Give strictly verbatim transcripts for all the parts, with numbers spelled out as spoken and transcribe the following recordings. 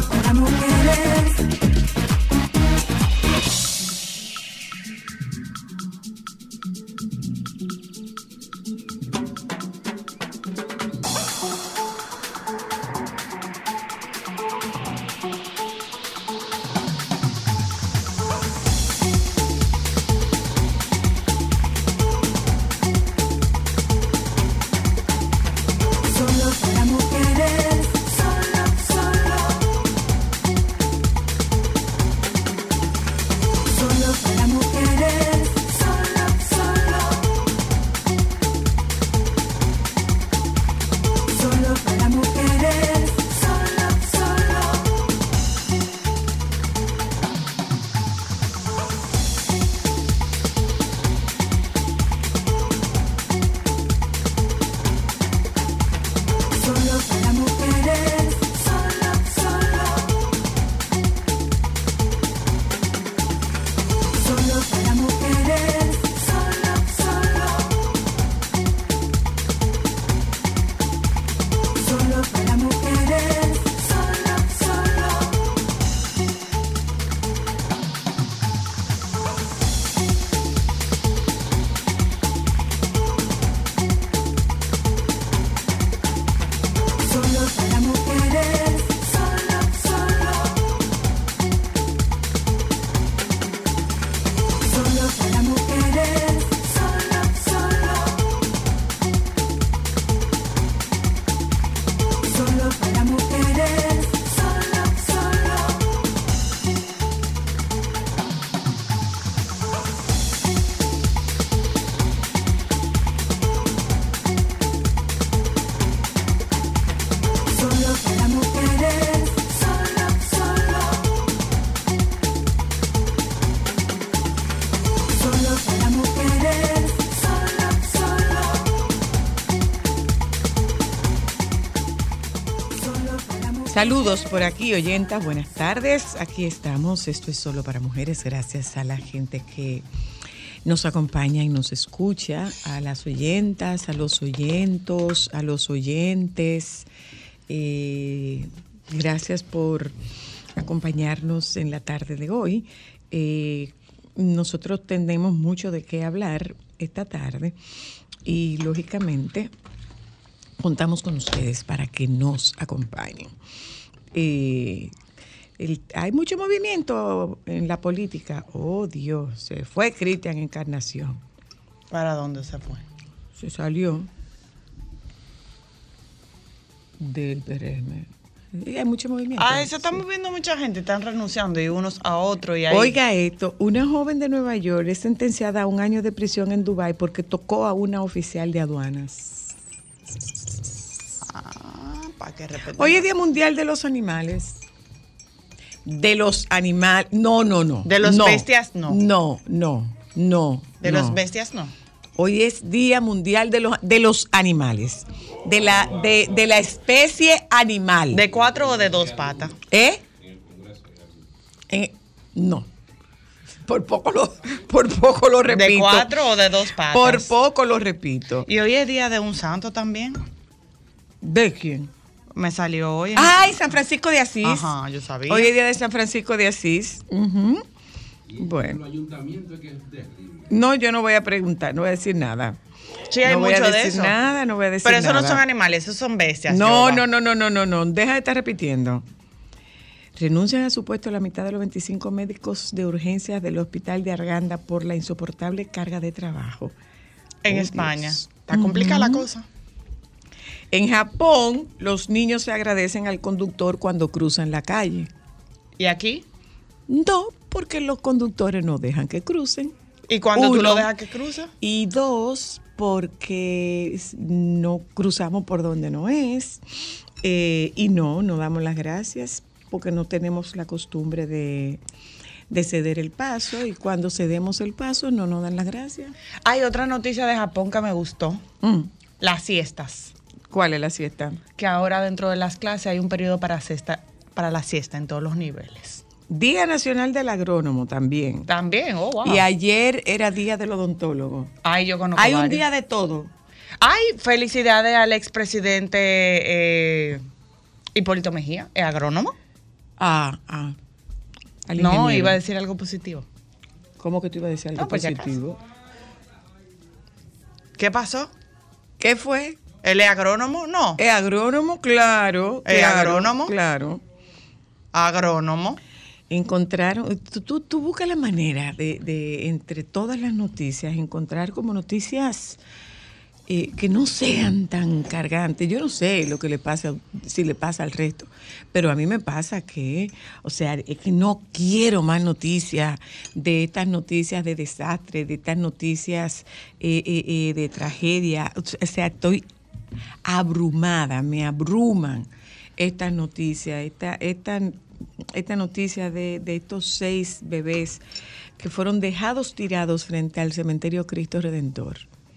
para mujeres. Saludos por aquí, oyentas, buenas tardes. Aquí estamos, esto es Solo para Mujeres, gracias a la gente que nos acompaña y nos escucha, a las oyentas, a los oyentos, a los oyentes. Eh, gracias por acompañarnos en la tarde de hoy. Eh, nosotros tenemos mucho de qué hablar esta tarde y, lógicamente, contamos con ustedes para que nos acompañen. Eh, el, hay mucho movimiento en la política. Oh, Dios, se fue Cristian Encarnación. ¿Para dónde se fue? Se salió del P R M. Y hay mucho movimiento. Ah, eso estamos sí. viendo mucha gente, están renunciando y unos a otros. Y ahí... Oiga esto, una joven de Nueva York es sentenciada a un año de prisión en Dubái porque tocó a una oficial de aduanas. Ah, para que repita. Hoy es Día Mundial de los Animales. De los animales. No, no, no. De los no, bestias, no. No, no, no. De no. los bestias, no. Hoy es Día Mundial de los, de los Animales. De la, de, de la especie animal. ¿De cuatro o de dos patas? ¿Eh? Eh, no. Por poco lo, por poco lo repito. ¿De cuatro o de dos patas? Por poco lo repito. Y hoy es día de un santo también. ¿De quién? Me salió hoy. ¡Ay, San Francisco de Asís! Ajá, yo sabía. Hoy es día de San Francisco de Asís. Uh-huh. Bueno. No, yo no voy a preguntar, no voy a decir nada. Sí, hay no voy mucho a de decir eso. nada, no voy a decir Pero eso nada. no son animales, esos son bestias. No, Yoba. no, no, no, no, no, no. Deja de estar repitiendo. Renuncian a su puesto la mitad de los veinticinco médicos de urgencias del hospital de Arganda por la insoportable carga de trabajo. En Oh, España. Dios. Está complicada Uh-huh. la cosa. En Japón, los niños se agradecen al conductor cuando cruzan la calle. ¿Y aquí? No, porque los conductores no dejan que crucen. ¿Y cuando Uno. tú lo dejas que cruza? Y dos, porque no cruzamos por donde no es. Eh, y no, no damos las gracias porque no tenemos la costumbre de, de ceder el paso. Y cuando cedemos el paso, no nos dan las gracias. Hay otra noticia de Japón que me gustó. Mm. Las siestas. ¿Cuál es la siesta? Que ahora dentro de las clases hay un periodo para, siesta, para la siesta en todos los niveles. Día Nacional del Agrónomo también. También, oh, wow. Y ayer era Día del Odontólogo. Ay, yo conozco Hay un varios. día de todo. Ay, felicidades al expresidente eh, Hipólito Mejía, ¿es agrónomo? Ah, ah. Al No, ingeniero. iba a decir algo positivo. ¿Cómo que tú ibas a decir algo No, pues ya positivo? ¿Qué pasó? ¿Qué fue? ¿Él es agrónomo? No. ¿Es agrónomo? Claro. ¿Es claro, agrónomo? Claro. Agrónomo. Encontraron, tú, tú, tú buscas la manera de, de, entre todas las noticias, encontrar como noticias eh, que no sean tan cargantes. Yo no sé lo que le pasa, si le pasa al resto, pero a mí me pasa que, o sea, es que no quiero más noticias de estas noticias de desastre, de estas noticias eh, eh, eh, de tragedia. O sea, estoy abrumada, me abruman estas noticias, esta, esta, esta noticia de, de estos seis bebés que fueron dejados tirados frente al cementerio Cristo Redentor.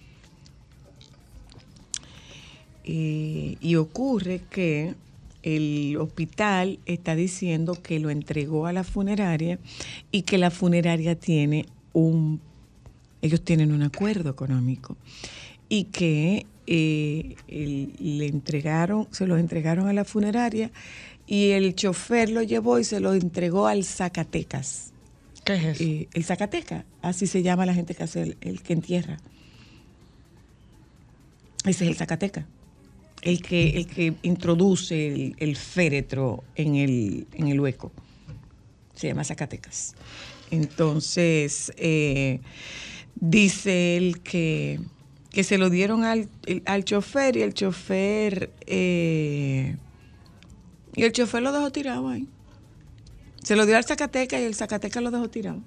Eh, y ocurre que el hospital está diciendo que lo entregó a la funeraria y que la funeraria tiene un, ellos tienen un acuerdo económico y que eh, el, le entregaron, se los entregaron a la funeraria y el chofer lo llevó y se lo entregó al Zacatecas. ¿Qué es eso? Eh, el Zacatecas, así se llama la gente que hace el, el que entierra. Ese es el Zacatecas. El que, el que introduce el, el féretro en el, en el hueco. Se llama Zacatecas. Entonces, eh, dice él que, que se lo dieron al, el, al chofer y el chofer eh, y el chofer lo dejó tirado ahí. Se lo dio al Zacatecas y el Zacatecas lo dejó tirado.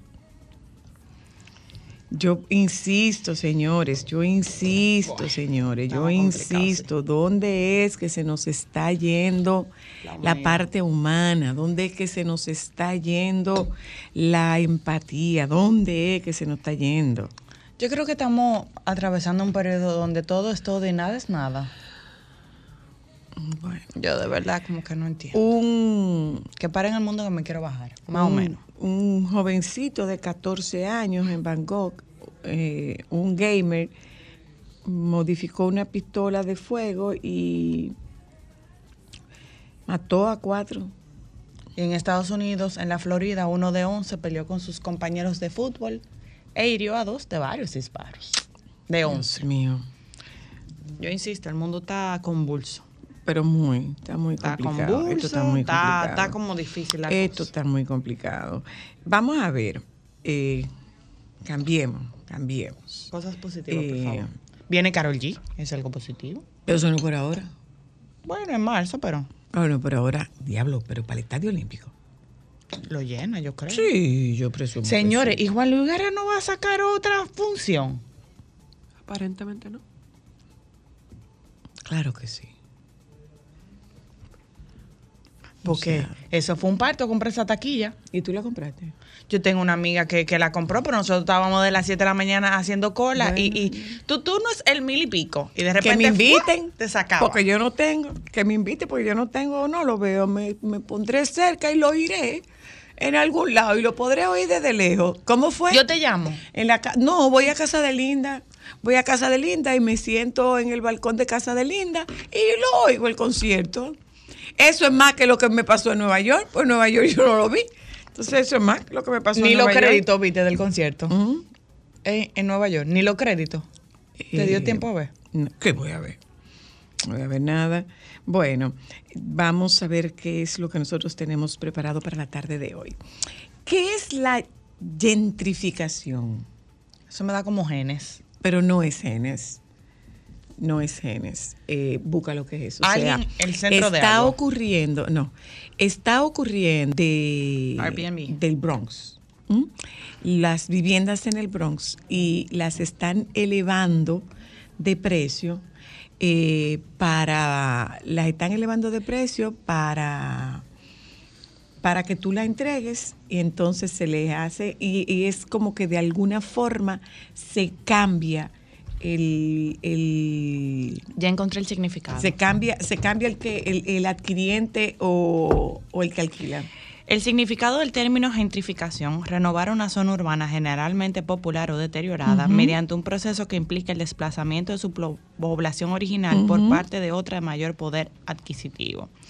Yo insisto, señores, yo insisto, señores, yo insisto, ¿dónde es que se nos está yendo la, la parte humana? ¿Dónde es que se nos está yendo la empatía? ¿Dónde es que se nos está yendo? Yo creo que estamos atravesando un periodo donde todo es todo y nada es nada. Bueno, yo de verdad como que no entiendo. Un, que pare en el mundo que me quiero bajar, más un, o menos. Un jovencito de catorce años en Bangkok, eh, un gamer, modificó una pistola de fuego y mató a cuatro. Y en Estados Unidos, en la Florida, uno de once peleó con sus compañeros de fútbol e hirió a dos de varios disparos. De once. Dios mío. Yo insisto, el mundo está convulso. Pero muy, está muy está complicado. Convulso, Esto está muy está, complicado. Está como difícil la Esto cosa. está muy complicado. Vamos a ver, eh, cambiemos, cambiemos. Cosas positivas, eh, por favor. Viene Karol G, es algo positivo. Pero eso no por ahora. Bueno, en marzo, pero... Bueno, por ahora, diablo, pero para el Estadio Olímpico. Lo llena, yo creo. Sí, yo presumo. Señores, sí. ¿y Juan Luis Guerra no va a sacar otra función? Aparentemente no. Claro que sí. Porque o sea, eso fue un parto, compré esa taquilla. ¿Y tú la compraste? Yo tengo una amiga que, que la compró, pero nosotros estábamos de las siete de la mañana haciendo cola. Bueno. Y, y tu turno es el mil y pico. Y de repente que me inviten, ¡fua! Te sacaba. Porque yo no tengo, que me invite porque yo no tengo, no lo veo. Me, me pondré cerca y lo iré en algún lado y lo podré oír desde lejos. ¿Cómo fue? Yo te llamo. En la No, voy a casa de Linda. Voy a casa de Linda y me siento en el balcón de casa de Linda y lo oigo el concierto. Eso es más que lo que me pasó en Nueva York, pues en Nueva York yo no lo vi. Entonces eso es más que lo que me pasó Ni en Nueva York. Ni los créditos viste del concierto. Uh-huh. en, en Nueva York, ni los créditos. ¿Te dio eh, tiempo a ver? No, ¿qué voy a ver? No voy a ver nada. Bueno, vamos a ver qué es lo que nosotros tenemos preparado para la tarde de hoy. ¿Qué es la gentrificación? Eso me da como genes. Pero no es genes. No es genes. Eh, busca lo que es eso. Alguien, o sea, el centro está de algo. ocurriendo, no, está ocurriendo de, Airbnb. del Bronx. ¿Mm? Las viviendas en el Bronx y las están elevando de precio eh, para, las están elevando de precio para, para que tú la entregues y entonces se les hace, y, y es como que de alguna forma se cambia El, el ya encontré el significado. Se cambia, se cambia el que el, el adquiriente o, o el que alquila. El significado del término gentrificación, renovar una zona urbana generalmente popular o deteriorada uh-huh. mediante un proceso que implica el desplazamiento de su población original uh-huh. por parte de otra de mayor poder adquisitivo. Uh-huh.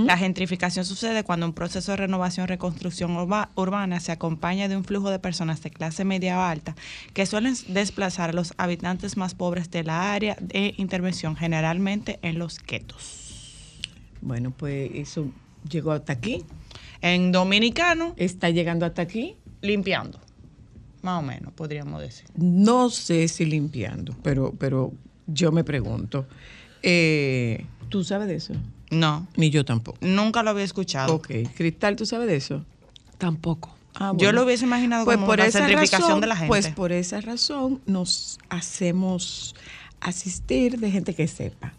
La gentrificación sucede cuando un proceso de renovación y reconstrucción urba, urbana se acompaña de un flujo de personas de clase media o alta que suelen desplazar a los habitantes más pobres de la área de intervención, generalmente en los guetos. Bueno, pues eso llegó hasta aquí. En dominicano, Está llegando hasta aquí. limpiando. Más o menos, podríamos decir. No sé si limpiando, pero, pero yo me pregunto. Eh, ¿Tú sabes de eso? No, Ni yo tampoco. nunca lo había escuchado. Ok. Cristal, ¿tú sabes de eso? Tampoco. Ah, Yo bueno. lo hubiese imaginado Pues como por la esa gentrificación razón, de la gente. Pues por esa razón nos hacemos asistir de gente que sepa.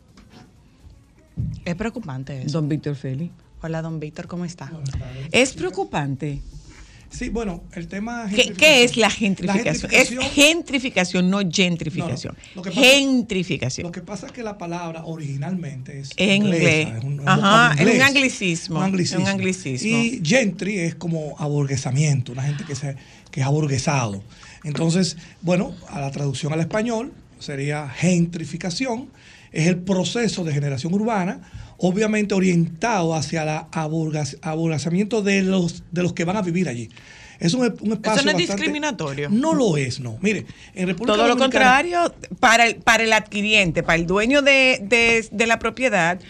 Es preocupante eso. Don Víctor Félix. Hola, don Víctor, ¿cómo está? Es preocupante. Sí, bueno, el tema... ¿Qué, ¿Qué es la gentrificación? La gentrificación- Es gentrificación, no gentrificación. No, no. Lo que pasa- gentrificación. Lo que pasa es que la palabra originalmente es En inglesa, inglés. es un, un Ajá, vocablo es un inglés. anglicismo, Un anglicismo. un anglicismo. Y gentry es como aburguesamiento, una gente que, se, que es aburguesado. Entonces, bueno, a la traducción al español sería gentrificación, es el proceso de generación urbana, obviamente orientado hacia el aburguesamiento de los, de los que van a vivir allí. Es un, un espacio Eso no es bastante- discriminatorio. No lo es, no. Mire, en República Todo lo Dominicana- contrario, para el, para el adquiriente, para el dueño de, de, de la propiedad,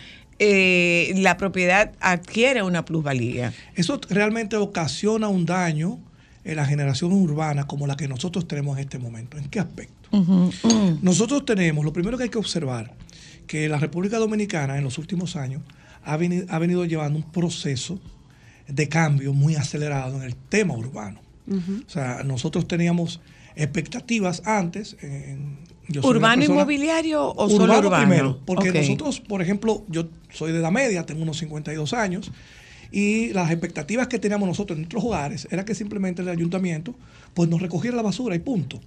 eh, la propiedad adquiere una plusvalía. Eso realmente ocasiona un daño en la generación urbana como la que nosotros tenemos en este momento. ¿En qué aspecto? Uh-huh. Uh. Nosotros tenemos, lo primero que hay que observar, que la República Dominicana en los últimos años ha venido, ha venido llevando un proceso de cambio muy acelerado en el tema urbano. Uh-huh. O sea, nosotros teníamos expectativas antes. En, yo soy una ¿Urbano persona- inmobiliario o solo urbano? primero, porque Ok. nosotros, por ejemplo, yo soy de edad media, tengo unos cincuenta y dos años, y las expectativas que teníamos nosotros en nuestros hogares era que simplemente el ayuntamiento pues nos recogiera la basura y punto.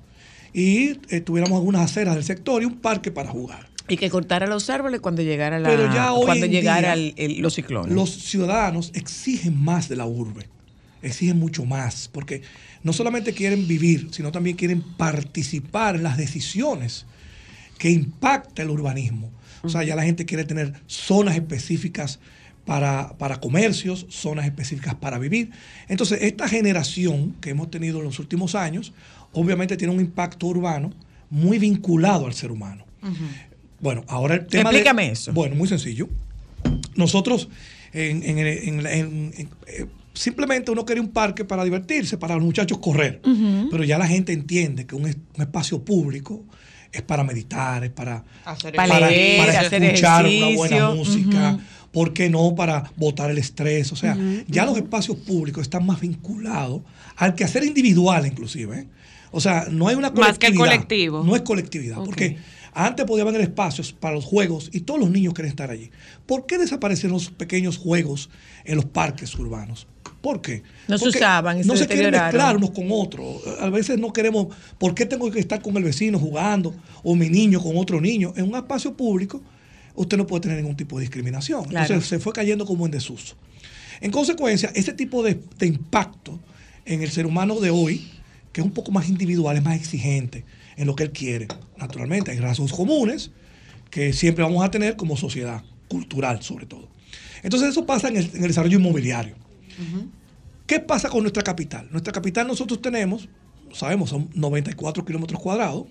Y eh, tuviéramos algunas aceras del sector y un parque para jugar. Y que cortara los árboles cuando llegara la, Pero ya hoy cuando en llegara día, el- el- los ciclones. Los ciudadanos exigen más de la urbe, exigen mucho más, porque no solamente quieren vivir, sino también quieren participar en las decisiones que impacta el urbanismo. O sea, ya la gente quiere tener zonas específicas para, para comercios, zonas específicas para vivir. Entonces, esta generación que hemos tenido en los últimos años, obviamente tiene un impacto urbano muy vinculado al ser humano. Uh-huh. Bueno, ahora el tema Explícame de, eso. Bueno, muy sencillo. Nosotros, en, en, en, en, en, en, simplemente uno quería un parque para divertirse, para los muchachos correr. Uh-huh. Pero ya la gente entiende que un, un espacio público es para meditar, es para, hacer para, leer, para hacer escuchar ejercicio. una buena música. Uh-huh. ¿Por qué no? Para botar el estrés. O sea, uh-huh. ya los espacios públicos están más vinculados al quehacer individual, inclusive. ¿eh? O sea, no hay una colectividad. Más que el colectivo. No es colectividad. Okay. Porque antes podía haber espacios para los juegos y todos los niños quieren estar allí. ¿Por qué desaparecieron los pequeños juegos en los parques urbanos? ¿Por qué? No se Porque usaban y no se se quieren deterioraron. mezclar unos con otros. A veces no queremos, ¿por qué tengo que estar con el vecino jugando o mi niño con otro niño? En un espacio público usted no puede tener ningún tipo de discriminación. Claro. Entonces se fue cayendo como en desuso. En consecuencia, ese tipo de, de impacto en el ser humano de hoy, que es un poco más individual, es más exigente en lo que él quiere. Naturalmente, hay rasgos comunes que siempre vamos a tener como sociedad, cultural sobre todo. Entonces eso pasa en el, en el desarrollo inmobiliario. Uh-huh. ¿Qué pasa con nuestra capital? Nuestra capital nosotros tenemos, sabemos, son noventa y cuatro kilómetros cuadrados,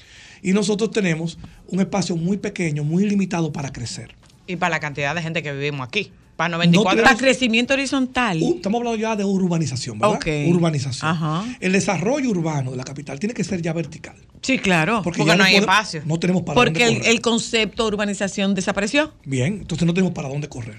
y nosotros tenemos un espacio muy pequeño, muy limitado para crecer. Y para la cantidad de gente que vivimos aquí. Para noventa y cuatro. No para crecimiento horizontal. Uh, estamos hablando ya de urbanización, ¿verdad? Okay. Urbanización. Ajá. El desarrollo urbano de la capital tiene que ser ya vertical. Sí, claro. Porque, Porque no, no hay podemos, espacio. No tenemos para Porque dónde el, correr. el concepto de urbanización desapareció. Bien, entonces no tenemos para dónde correr.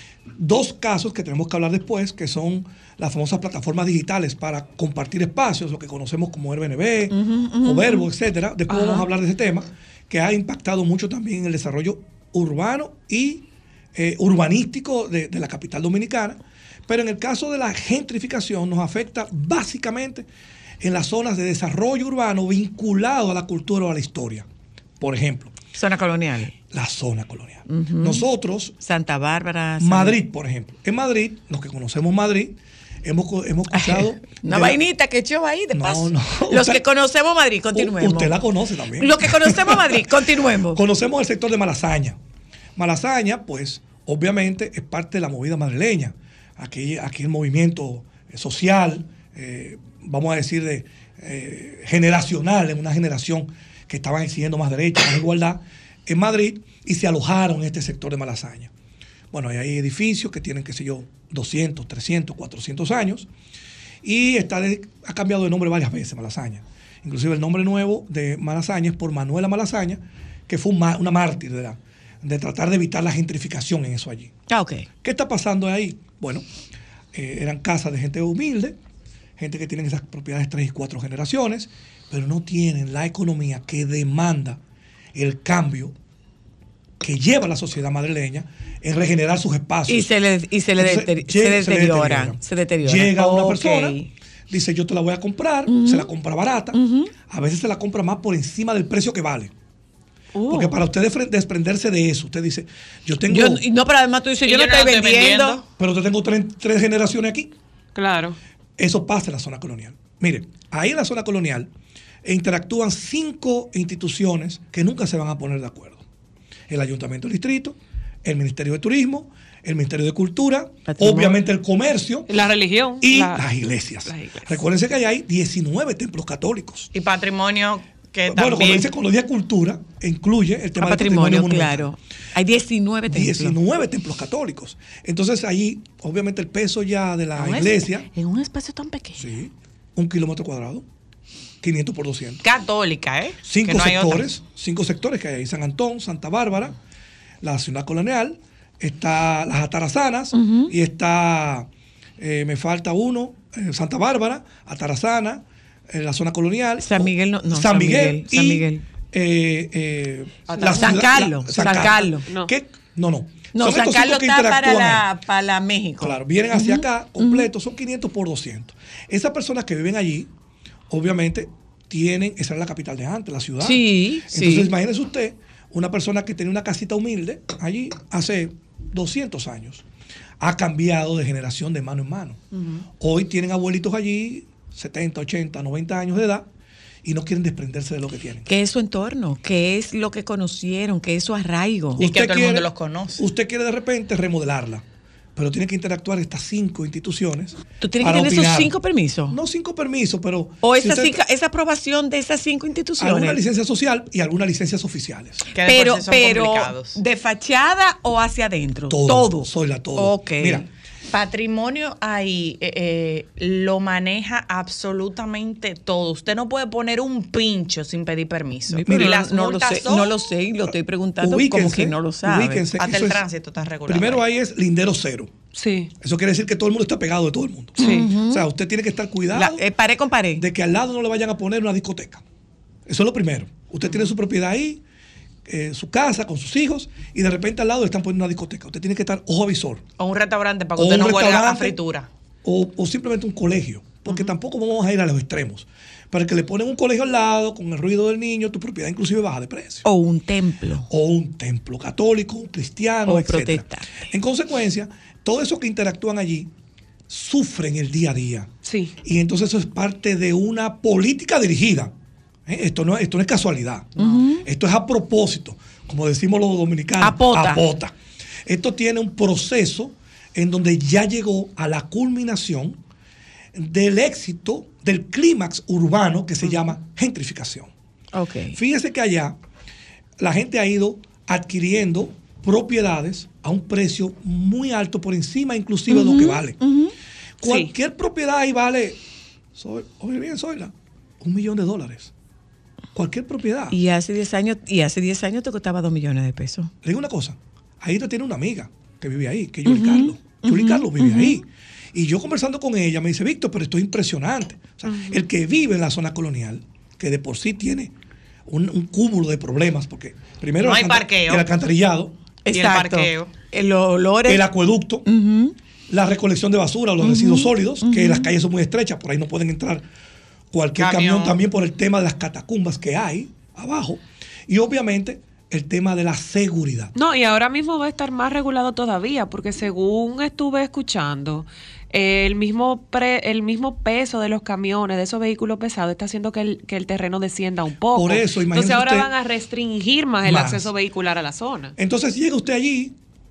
Dos casos que tenemos que hablar después, que son las famosas plataformas digitales para compartir espacios, lo que conocemos como Airbnb, uh-huh, uh-huh, o Verbo, uh-huh. etcétera. Después uh-huh. vamos a hablar de ese tema, que ha impactado mucho también en el desarrollo urbano y eh, urbanístico de, de la capital dominicana. Pero en el caso de la gentrificación nos afecta básicamente en las zonas de desarrollo urbano vinculado a la cultura o a la historia. Por ejemplo. Zona colonial. La zona colonial. Uh-huh. Nosotros... Santa Bárbara. San... Madrid, por ejemplo. En Madrid, los que conocemos Madrid, hemos, hemos escuchado... Una vainita la... que echó ahí de no, paso. No, Los usted, que conocemos Madrid, continuemos. Usted la conoce también. Los que conocemos Madrid, continuemos. Conocemos el sector de Malasaña. Malasaña, pues, obviamente es parte de la movida madrileña. Aquí, aquí el movimiento social, eh, vamos a decir, de, eh, generacional, en una generación que estaban exigiendo más derechos, más igualdad en Madrid, y se alojaron en este sector de Malasaña. Bueno, hay edificios que tienen, qué sé yo, doscientos, trescientos, cuatrocientos años, y está de, ha cambiado de nombre varias veces Malasaña. Inclusive el nombre nuevo de Malasaña es por Manuela Malasaña, que fue un, una mártir de, la, de tratar de evitar la gentrificación en eso allí. Ah, ok. ¿Qué está pasando ahí? Bueno, eh, eran casas de gente humilde, gente que tienen esas propiedades tres y cuatro generaciones, pero no tienen la economía que demanda el cambio que lleva la sociedad madrileña en regenerar sus espacios. Y se le, y se le, Entonces, deter, llega, se deterioran. se deterioran. Se deterioran. Llega una Okay. persona, dice yo te la voy a comprar, uh-huh. se la compra barata, uh-huh. a veces se la compra más por encima del precio que vale. Uh. Porque para usted desprenderse de eso, usted dice, yo tengo... Yo, no, pero además tú dices, yo, yo no estoy, no estoy vendiendo. vendiendo. Pero yo tengo tres, tres generaciones aquí. Claro. Eso pasa en la zona colonial. Mire, ahí en la zona colonial interactúan cinco instituciones que nunca se van a poner de acuerdo. El Ayuntamiento del Distrito, el Ministerio de Turismo, el Ministerio de Cultura, Patrimonio. Obviamente el comercio. La religión. Y la, las, iglesias. las iglesias. Recuérdense que allá hay diecinueve templos católicos. Y patrimonio que bueno, también... cuando dice cuando dice cultura, incluye el tema del patrimonio, patrimonio, claro. Hay diecinueve templos. diecinueve templos católicos. Entonces allí, obviamente el peso ya de la no iglesia... Es, en un espacio tan pequeño. Sí, un kilómetro cuadrado. quinientos por doscientos. Católica, ¿eh? Cinco no sectores, cinco sectores que hay ahí: San Antón, Santa Bárbara, la ciudad colonial, está las Atarazanas, uh-huh. y está, eh, me falta uno, eh, Santa Bárbara, Atarazana, eh, la zona colonial. San Miguel, no, no San, San Miguel. Miguel. San Miguel. Y, eh, eh, la San ciudad, Carlos. La, San, San Carlos. Carlos. No, ¿Qué? no. no. No, San Carlos está para la, para la México. Claro, vienen hacia uh-huh. acá completos, uh-huh. son quinientos por doscientos. Esas personas que viven allí, obviamente, tienen, esa es la capital de antes, la ciudad. Sí, Entonces, sí. imagínese usted, una persona que tenía una casita humilde allí hace doscientos años, ha cambiado de generación de mano en mano. Uh-huh. Hoy tienen abuelitos allí, setenta, ochenta, noventa años de edad, y no quieren desprenderse de lo que tienen. ¿Qué es su entorno? ¿Qué es lo que conocieron? ¿Qué es su arraigo? Y que todo quiere, el mundo los conoce. Usted quiere de repente remodelarla, pero tiene que interactuar estas cinco instituciones. ¿Tú tienes que tener opinar. esos cinco permisos? No cinco permisos, pero... ¿O esa, si usted, esa aprobación de esas cinco instituciones? Alguna licencia social y algunas licencias oficiales. Que pero sí son pero complicados. ¿De fachada o hacia adentro? Todo. Todo. Soy la todo. Ok. Mira. Patrimonio ahí eh, eh, lo maneja absolutamente todo. Usted no puede poner un pincho sin pedir permiso. Pero y las no, lo sé, son, no lo sé y lo estoy preguntando ubíquense, como que no lo sabe. Hasta el es, tránsito está regulado. Primero ahí es lindero cero. Sí. Eso quiere decir que todo el mundo está pegado de todo el mundo. Sí. Uh-huh. O sea, usted tiene que estar cuidado. La, eh, pared con pared. De que al lado no le vayan a poner una discoteca. Eso es lo primero. Usted tiene su propiedad ahí, eh, su casa con sus hijos, y de repente al lado le están poniendo una discoteca. Usted tiene que estar ojo avisor. O un restaurante para que usted no huelga a fritura. O, o simplemente un colegio. Porque uh-huh. tampoco vamos a ir a los extremos. Para que le ponen un colegio al lado, con el ruido del niño, tu propiedad inclusive baja de precio. O un templo. O un templo católico, un cristiano, o etcétera. Protestante. En consecuencia, todos esos que interactúan allí sufren el día a día. Sí. Y entonces eso es parte de una política dirigida. ¿Eh? Esto, no, esto no es casualidad. Uh-huh. Esto es a propósito. Como decimos los dominicanos. Apota. Apota. Esto tiene un proceso en donde ya llegó a la culminación del éxito del clímax urbano que se uh-huh. llama gentrificación. Okay. Fíjese que allá la gente ha ido adquiriendo propiedades a un precio muy alto, por encima inclusive uh-huh. de lo que vale. Uh-huh. Cualquier sí. propiedad ahí vale, soy, oye bien, Zoila, un millón de dólares. Cualquier propiedad. Y hace diez años, y hace diez años te costaba dos millones de pesos. Le digo una cosa, ahí usted tiene una amiga que vive ahí, que es Yuli uh-huh. Carlos. Yuli uh-huh. Carlos vive uh-huh. ahí. Y yo conversando con ella me dice, Víctor, pero esto es impresionante. O sea, uh-huh. el que vive en la zona colonial, que de por sí tiene un, un cúmulo de problemas, porque primero no el, hay parqueo. el alcantarillado, y el parqueo, el, olores. el acueducto, uh-huh. la recolección de basura, los uh-huh. residuos sólidos, uh-huh. que las calles son muy estrechas, por ahí no pueden entrar cualquier camión. camión, también por el tema de las catacumbas que hay abajo, y obviamente el tema de la seguridad. No, y ahora mismo va a estar más regulado todavía, porque según estuve escuchando, eh, el mismo pre, el mismo peso de los camiones, de esos vehículos pesados, está haciendo que el, que el terreno descienda un poco. Por eso, Entonces ahora usted, van a restringir más el más. acceso vehicular a la zona. Entonces llega usted allí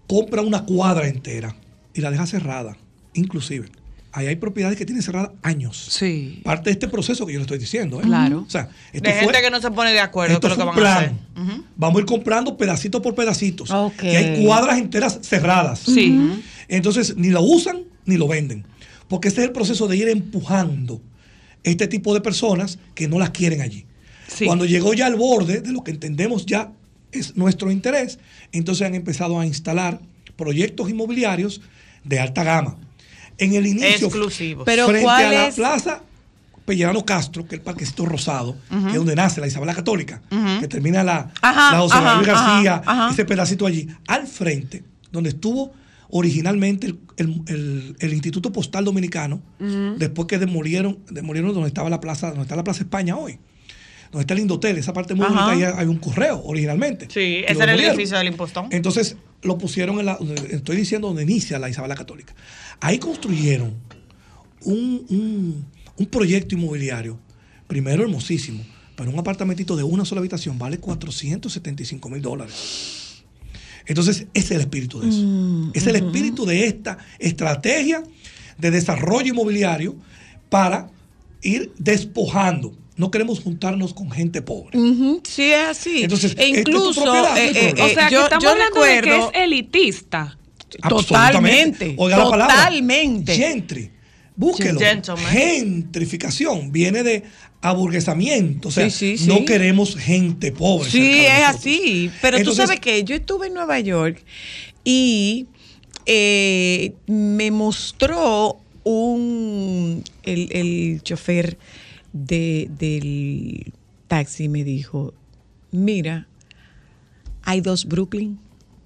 compra una cuadra entera y la deja cerrada, inclusive. Ahí hay propiedades que tienen cerradas años. Sí. Parte de este proceso que yo le estoy diciendo. ¿eh? Claro. O sea, esto De fue, gente que no se pone de acuerdo esto con lo que fue un van a plan. hacer. Uh-huh. Vamos a ir comprando pedacito por pedacitos. Ok. Y hay cuadras enteras cerradas. Sí. Entonces, ni lo usan ni lo venden. Porque ese es el proceso de ir empujando este tipo de personas que no las quieren allí. Sí. Cuando llegó ya al borde de lo que entendemos ya es nuestro interés, entonces han empezado a instalar proyectos inmobiliarios de alta gama. En el inicio, Exclusivos. Pero frente ¿cuál a la es? plaza Pellerano Castro, que es el parquecito rosado, uh-huh. que es donde nace la Isabela Católica, uh-huh. que termina la, Ajá, la José ajá, Manuel García, ajá, ajá. ese pedacito allí, al frente, donde estuvo originalmente el, el, el, el Instituto Postal Dominicano, uh-huh. después que demolieron, demolieron donde estaba la plaza, donde está la Plaza España hoy, donde está el Indotel, esa parte muy Ajá. bonita, ahí hay un correo originalmente. Sí, que ese lo era el demolieron. edificio del impostón. Entonces lo pusieron en la, estoy diciendo donde inicia la Isabela Católica. Ahí construyeron un, un, un proyecto inmobiliario, primero hermosísimo, pero un apartamentito de una sola habitación vale cuatrocientos setenta y cinco mil dólares. Entonces, ese es el espíritu de eso. Mm, es el uh-huh. espíritu de esta estrategia de desarrollo inmobiliario para ir despojando. No queremos juntarnos con gente pobre. Uh-huh. Sí, es así. Entonces, e incluso, propiedad, eh, eh, o sea, que yo, estamos yo hablando recuerdo, de que es elitista. Totalmente. Oiga la palabra. Totalmente. Gentry. Búsquelo. Gentleman. Gentrificación viene de aburguesamiento. O sea, sí, sí, no sí. queremos gente pobre. Sí, es así. Pero Entonces, tú sabes que yo estuve en Nueva York y eh, me mostró un el, el chofer de, del taxi me dijo, mira, hay dos Brooklyn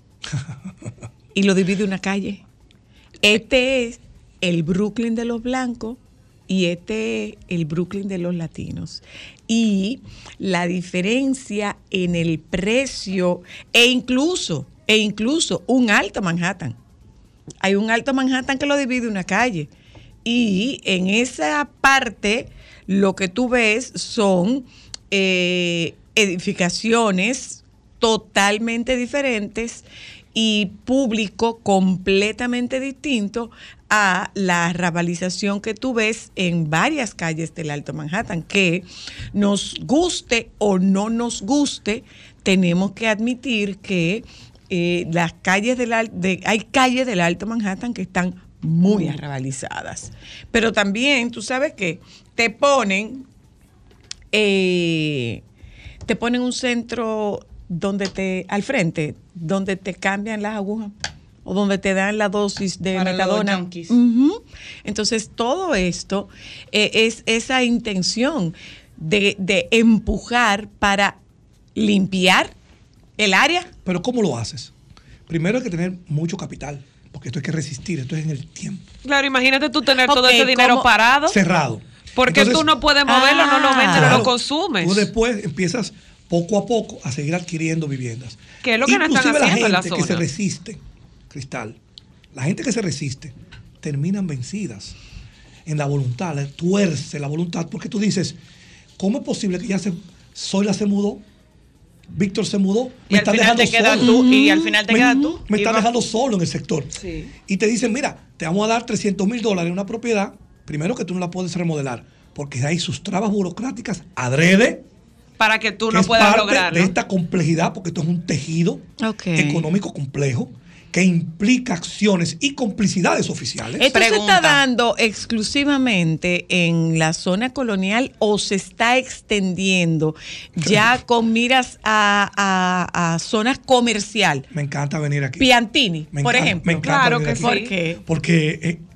y lo divide una calle. Este es el Brooklyn de los blancos y este es el Brooklyn de los latinos. Y la diferencia en el precio e incluso, e incluso un alto Manhattan. Hay un alto Manhattan que lo divide una calle. Y en esa parte lo que tú ves son eh, edificaciones totalmente diferentes y público completamente distinto a la rabalización que tú ves en varias calles del Alto Manhattan, que nos guste o no nos guste, tenemos que admitir que eh, las calles del de, hay calles del Alto Manhattan que están muy arrabalizadas. Pero también, tú sabes que te ponen, eh, te ponen un centro donde te, al frente, donde te cambian las agujas o donde te dan la dosis de para metadona. Los junkies. Uh-huh. Entonces, todo esto eh, es esa intención de, de empujar para limpiar el área. Pero ¿cómo lo haces? Primero hay que tener mucho capital, porque esto hay que resistir, esto es en el tiempo. Claro, imagínate tú tener Okay, todo ese dinero ¿cómo? parado. Cerrado. Porque Entonces, tú no puedes moverlo, ah, no lo vendes, claro, no lo consumes. Tú después empiezas poco a poco a seguir adquiriendo viviendas. Que es lo que no están Inclusive haciendo en la la gente que zona. se resiste, Cristal, la gente que se resiste, terminan vencidas en la voluntad, le tuerce la voluntad, porque tú dices, ¿cómo es posible que ya se, Zoila se mudó, Víctor se mudó, Y me al está final dejando te quedas solo? tú, y al final te me, quedas tú. Me y está vas- dejando solo en el sector. Sí. Y te dicen, mira, te vamos a dar trescientos mil dólares en una propiedad, primero que tú no la puedes remodelar, porque hay sus trabas burocráticas adrede, Para que tú que no es puedas parte lograrlo. de esta complejidad, porque esto es un tejido Okay. económico complejo que implica acciones y complicidades oficiales. ¿Esto se Pregunta. está dando exclusivamente en la zona colonial o se está extendiendo ya con miras a, a, a zonas comercial? Me encanta venir aquí. Piantini, Me por encanta- ejemplo. me encanta Claro venir que aquí. sí. ¿Por qué? Porque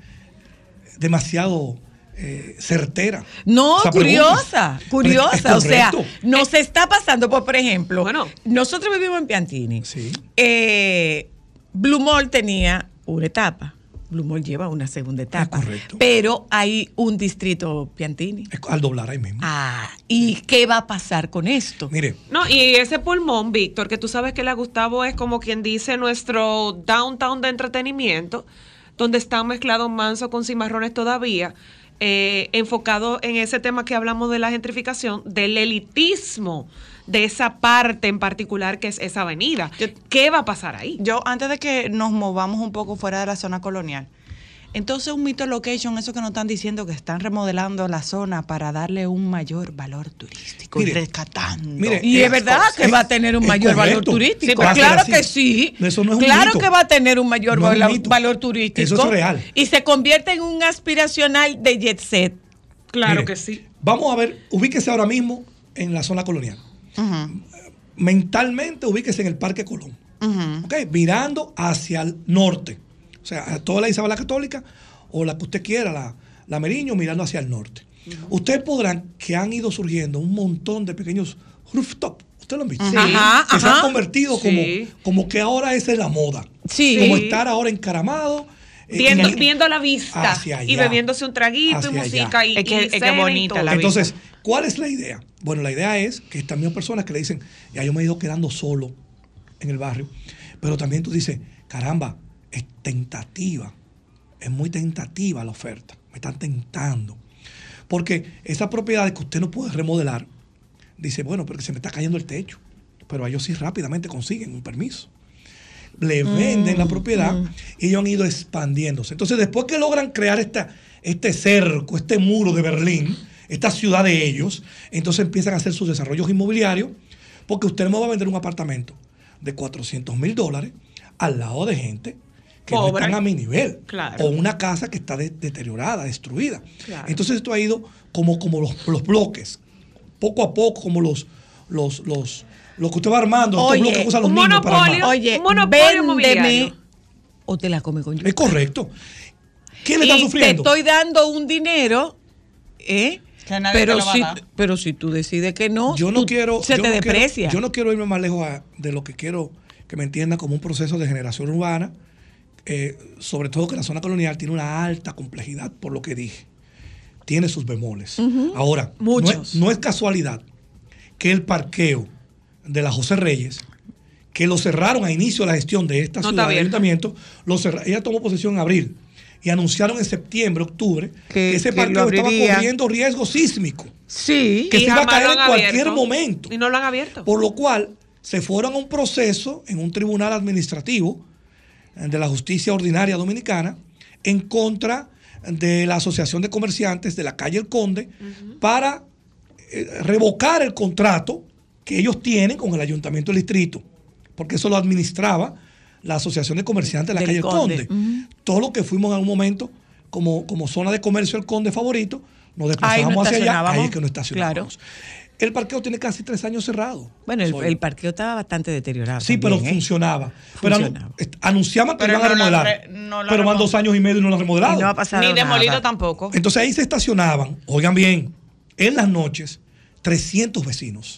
es demasiado eh, certera. No, esa curiosa, pregunta. curiosa. Es O sea, correcto. nos está pasando, por, por ejemplo, Bueno. nosotros vivimos en Piantini. Sí. Eh, Blue Mall tenía una etapa. Blue Mall lleva una segunda etapa. correcto. Pero hay un distrito Piantini. Es al doblar ahí mismo. Ah, ¿y qué va a pasar con esto? Mire, No, y ese pulmón, Víctor, que tú sabes que la Gustavo es como quien dice nuestro downtown de entretenimiento, donde están mezclados manso con cimarrones todavía, eh, enfocado en ese tema que hablamos de la gentrificación, del elitismo de esa parte en particular que es esa avenida. Yo- ¿Qué va a pasar ahí? Yo, antes de que nos movamos un poco fuera de la zona colonial, entonces un mito location, eso que nos están diciendo que están remodelando la zona para darle un mayor valor turístico Mire, y rescatando. mire, Y Eh, es verdad que es- va a tener un es mayor valor correcto. turístico. Sí, va a ser Claro así. que sí. Eso no es un claro mito. que va a tener un mayor No es un valor, mito. valor turístico. Eso es real. Y se convierte en un aspiracional de jet set. Claro Mire, que sí. Vamos a ver, ubíquese ahora mismo en la zona colonial. Ujú, Mentalmente ubíquese en el Parque Colón. ujú. ¿Ok? Mirando hacia el norte. O sea, a toda la Isabel la Católica o la que usted quiera, la, la Meriño, mirando hacia el norte. Ustedes podrán que han ido surgiendo un montón de pequeños rooftop. ¿Ustedes lo han visto? Sí. Ajá, Que se han ajá. convertido Sí. como, como que ahora esa es la moda. Sí. Como Sí. estar ahora encaramado. eh, Viendo, en- viendo la vista hacia y allá. bebiéndose un traguito Hacia y música allá. y, Es que- y es que cena y bonita todo. la vida. Entonces, ¿cuál es la idea? Bueno, la idea es que estas mismas personas que le dicen, ya yo me he ido quedando solo en el barrio, pero también tú dices, caramba, es tentativa, es muy tentativa la oferta, me están tentando. Porque esas propiedades que usted no puede remodelar, dice, bueno, pero que se me está cayendo el techo, pero ellos sí rápidamente consiguen un permiso. Le venden la propiedad y ellos han ido expandiéndose. Entonces, después que logran crear esta, este cerco, este muro de Berlín, esta ciudad de ellos, entonces empiezan a hacer sus desarrollos inmobiliarios, porque usted no me va a vender un apartamento de cuatrocientos mil dólares al lado de gente que no Pobre. están a mi nivel. Claro. O una casa que está de- deteriorada, destruida. Claro. Entonces esto ha ido como, como los, los bloques, poco a poco, como los, los, los, lo que usted va armando, estos Oye, bloques que usan los un niños para armar. monopolio. Oye, Un monopolio véndeme inmobiliario. o te la come con yuca. Es correcto. ¿Quién está Y sufriendo? te estoy dando un dinero, ¿eh? Que nadie pero, te lo va a si, dar. pero si tú decides que no, Yo no tú- quiero. se yo te no quiero- deprecia. yo no quiero irme más lejos a- de lo que quiero que me entiendan como un proceso de generación urbana, eh, sobre todo que la zona colonial tiene una alta complejidad, por lo que dije. Tiene sus bemoles. Ahora, no Muchos. es, no es casualidad que el parqueo de la José Reyes, que lo cerraron a inicio de la gestión de esta No está ciudad, del abierto. ayuntamiento, lo cerra- ella tomó posesión en abril y anunciaron en septiembre, octubre, que, Que- ese que parqueo lo estaba abrirían. corriendo riesgo sísmico, Sí. que se iba a jamás caer lo en han cualquier abierto. momento. Y no lo han abierto. Por lo cual se fueron a un proceso en un tribunal administrativo eh, de la justicia ordinaria dominicana en contra de la Asociación de Comerciantes de la calle El Conde para eh, revocar el contrato que ellos tienen con el Ayuntamiento del Distrito, porque eso lo administraba la Asociación de Comerciantes de la Del calle El Conde. Conde. Todo lo que fuimos en algún momento como, como zona de comercio El Conde favorito, nos Ahí desplazábamos no hacia allá, ahí estacionábamos. es que no estacionábamos. El parqueo tiene casi tres años cerrado. Bueno, el, Soy- el parqueo estaba bastante deteriorado. Sí, también, pero ¿eh? funcionaba. Pero anu- Funcionaba. est- anunciaban que Pero lo iban a no lo han remodelar. re- no lo pero han van dos años y medio y no lo han remodelado. Y no ha pasado Ni demolido nada. tampoco. Entonces ahí se estacionaban, oigan bien, en las noches, trescientos vecinos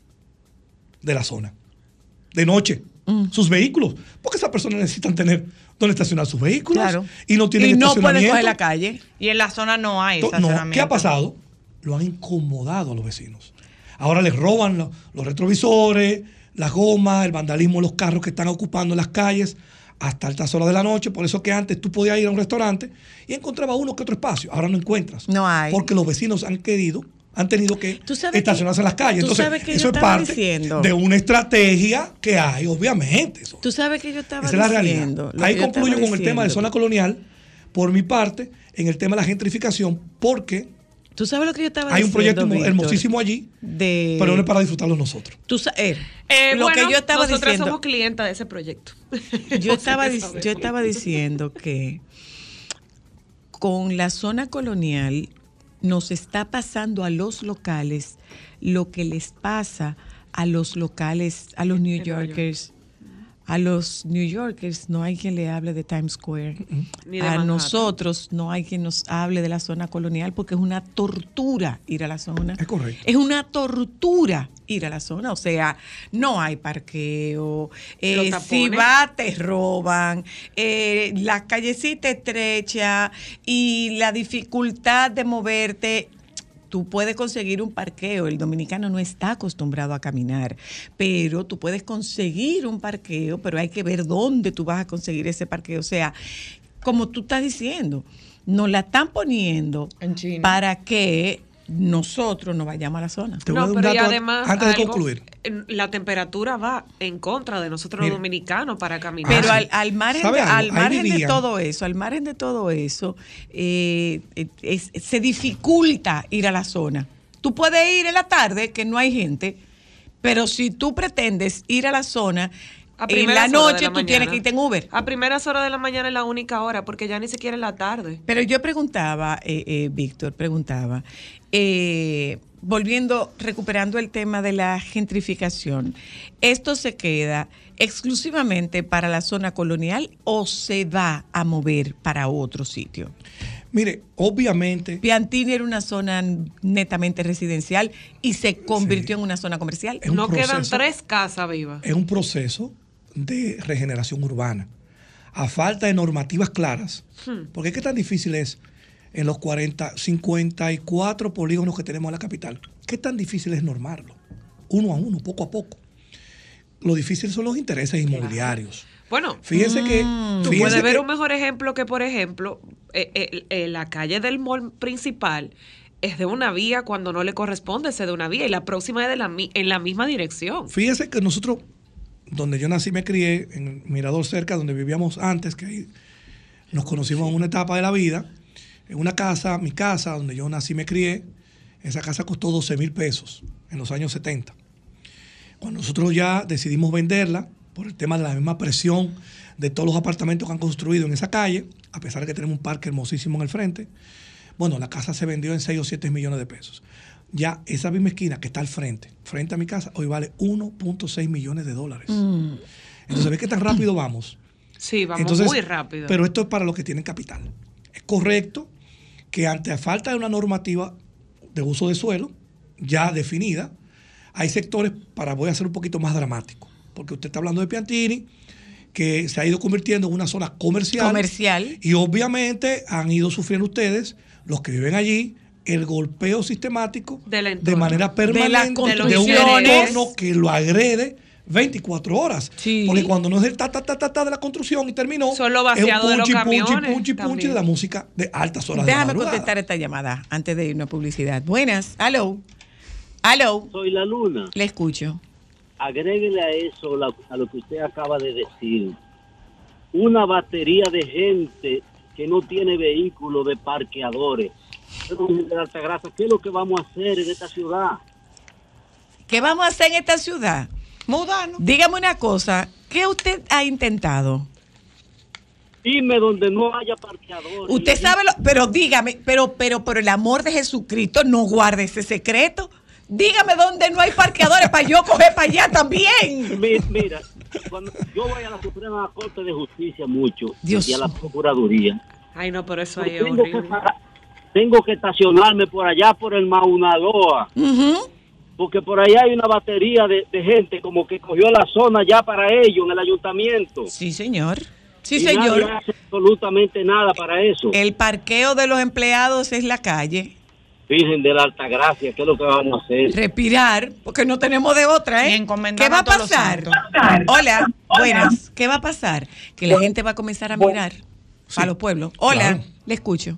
de la zona. De noche. Mm. Sus vehículos. Porque esas personas necesitan tener donde estacionar sus vehículos. Claro. Y no tienen y no pueden estacionamiento. coger la calle. Y en la zona no hay To- No, estacionamiento. ¿qué ha pasado? Lo han incomodado a los vecinos. Ahora les roban lo- los retrovisores, las gomas, el vandalismo de los carros que están ocupando las calles hasta altas horas de la noche. Por eso que antes tú podías ir a un restaurante y encontraba uno que otro espacio. Ahora no encuentras. No hay. Porque los vecinos han querido, han tenido que Tú sabes estacionarse que- en las calles. tú Entonces, sabes que eso yo es estaba parte diciendo. de una estrategia que hay, obviamente. Eso. Tú sabes que yo estaba Esa es la diciendo. realidad. lo Ahí que yo concluyo estaba con el tema de diciendo. zona colonial, por mi parte, en el tema de la gentrificación, porque Tú sabes lo que yo estaba hay un diciendo. proyecto Víctor, hermosísimo allí, de pero no es para disfrutarlo nosotros. Tú sa- eh, Eh, lo bueno, que yo estaba nosotras diciendo. somos clientes de ese proyecto. Yo estaba, Nosotras dic- sabemos. yo estaba diciendo que con la zona colonial nos está pasando a los locales lo que les pasa a los locales, a los New En Nueva York. Yorkers. A los New Yorkers no hay quien le hable de Times Square. Ni de A Manhattan. nosotros no hay quien nos hable de la zona colonial porque es una tortura ir a la zona. Es correcto. Es una tortura ir a la zona. O sea, no hay parqueo. eh, Los si tapones. vas, te roban. eh, la callecita estrecha y la dificultad de moverte. Tú puedes conseguir un parqueo, el dominicano no está acostumbrado a caminar, pero tú puedes conseguir un parqueo, pero hay que ver dónde tú vas a conseguir ese parqueo. O sea, como tú estás diciendo, nos la están poniendo En China. para que nosotros no vayamos a la zona. Te voy a No, dar un pero y dato además, antes de algo, concluir. la temperatura va en contra de nosotros Mire. los dominicanos para caminar. Pero Ah, al, sí. al margen, ¿Sabe de, algo? al Ahí margen de vivían. todo eso, al margen de todo eso, eh, eh, es- se dificulta ir a la zona. Tú puedes ir en la tarde, que no hay gente, pero si tú pretendes ir a la zona, A en primeras la horas de noche la tú mañana. tienes que irte en Uber. A primeras horas de la mañana es la única hora, porque ya ni siquiera es la tarde. Pero yo preguntaba, eh, eh, Víctor, preguntaba, eh, volviendo, recuperando el tema de la gentrificación, ¿esto se queda exclusivamente para la zona colonial o se va a mover para otro sitio? Mire, obviamente, Piantini era una zona netamente residencial y se convirtió en una zona comercial. Es un No quedan proceso. tres casas vivas. es un proceso de regeneración urbana. A falta de normativas claras, porque qué tan difícil es en los cuarenta, cincuenta y cuatro polígonos que tenemos en la capital, qué tan difícil es normarlo, uno a uno, poco a poco. Lo difícil son los intereses inmobiliarios. Bueno, Fíjense que, tú fíjense puedes ver que- un mejor ejemplo que, por ejemplo, eh, eh, eh, la calle del mall principal es de una vía cuando no le corresponde ser de una vía y la próxima es de la, mi- en la misma dirección. Fíjese que nosotros, donde yo nací, me crié, en Mirador Cerca, donde vivíamos antes, que ahí nos conocimos en una etapa de la vida, en una casa, mi casa, donde yo nací y me crié, esa casa costó doce mil pesos en los años setenta. Cuando nosotros ya decidimos venderla, por el tema de la misma presión de todos los apartamentos que han construido en esa calle, a pesar de que tenemos un parque hermosísimo en el frente, bueno, la casa se vendió en seis o siete millones de pesos. Ya esa misma esquina que está al frente, frente a mi casa, hoy vale uno punto seis millones de dólares. Entonces, ¿ves qué tan rápido vamos? Sí, vamos Entonces, muy rápido. Pero esto es para los que tienen capital. Es correcto que ante falta de una normativa de uso de suelo ya definida, hay sectores, para voy a ser un poquito más dramático, porque usted está hablando de Piantini, que se ha ido convirtiendo en una zona comercial. Comercial. Y obviamente han ido sufriendo ustedes, los que viven allí, el golpeo sistemático Del de entorno. manera De las permanente de, un construcciones. entorno que lo agrede veinticuatro horas. Sí. Porque cuando no es el ta, ta, ta, ta, ta de la construcción y terminó, Son los vaciados de los punchi, punchi, camiones punchi, punchi también. de la música de altas horas de Déjame madrugada. contestar esta llamada antes de irnos a publicidad. Buenas. Aló. Aló. Soy la Luna. Le escucho. Agréguele a eso la- a lo que usted acaba de decir. Una batería de gente que no tiene vehículo de parqueadores. Pero, de Altagracia, ¿qué es lo que vamos a hacer en esta ciudad? ¿Qué vamos a hacer en esta ciudad? Mudarnos. Dígame una cosa. ¿Qué usted ha intentado? Dime donde no haya parqueadores. Usted sabe lo, pero dígame, pero, pero por el amor de Jesucristo, no guarde ese secreto. Dígame dónde no hay parqueadores para yo coger para allá también. Mi- Mira, cuando yo voy a la Suprema Corte de Justicia mucho Dios y a la mío. Procuraduría, Ay, no, pero eso ahí es tengo que, horrible. pagar- tengo que estacionarme por allá por el Maunaloa. Ujú. Porque por ahí hay una batería de, de gente como que cogió la zona ya para ellos en el ayuntamiento. Sí, señor. Sí, Y señor. nadie hace absolutamente nada para eso. El parqueo de los empleados es la calle. Virgen de la Altagracia, ¿qué es lo que vamos a hacer? Respirar, porque no tenemos de otra, Y ¿eh? encomendar ¿Qué va a a todos los pasar? santos. Hola, buenas. ¿Qué va a pasar? Que la gente va a comenzar a mirar Sí, a los pueblos. Hola, claro. le escucho.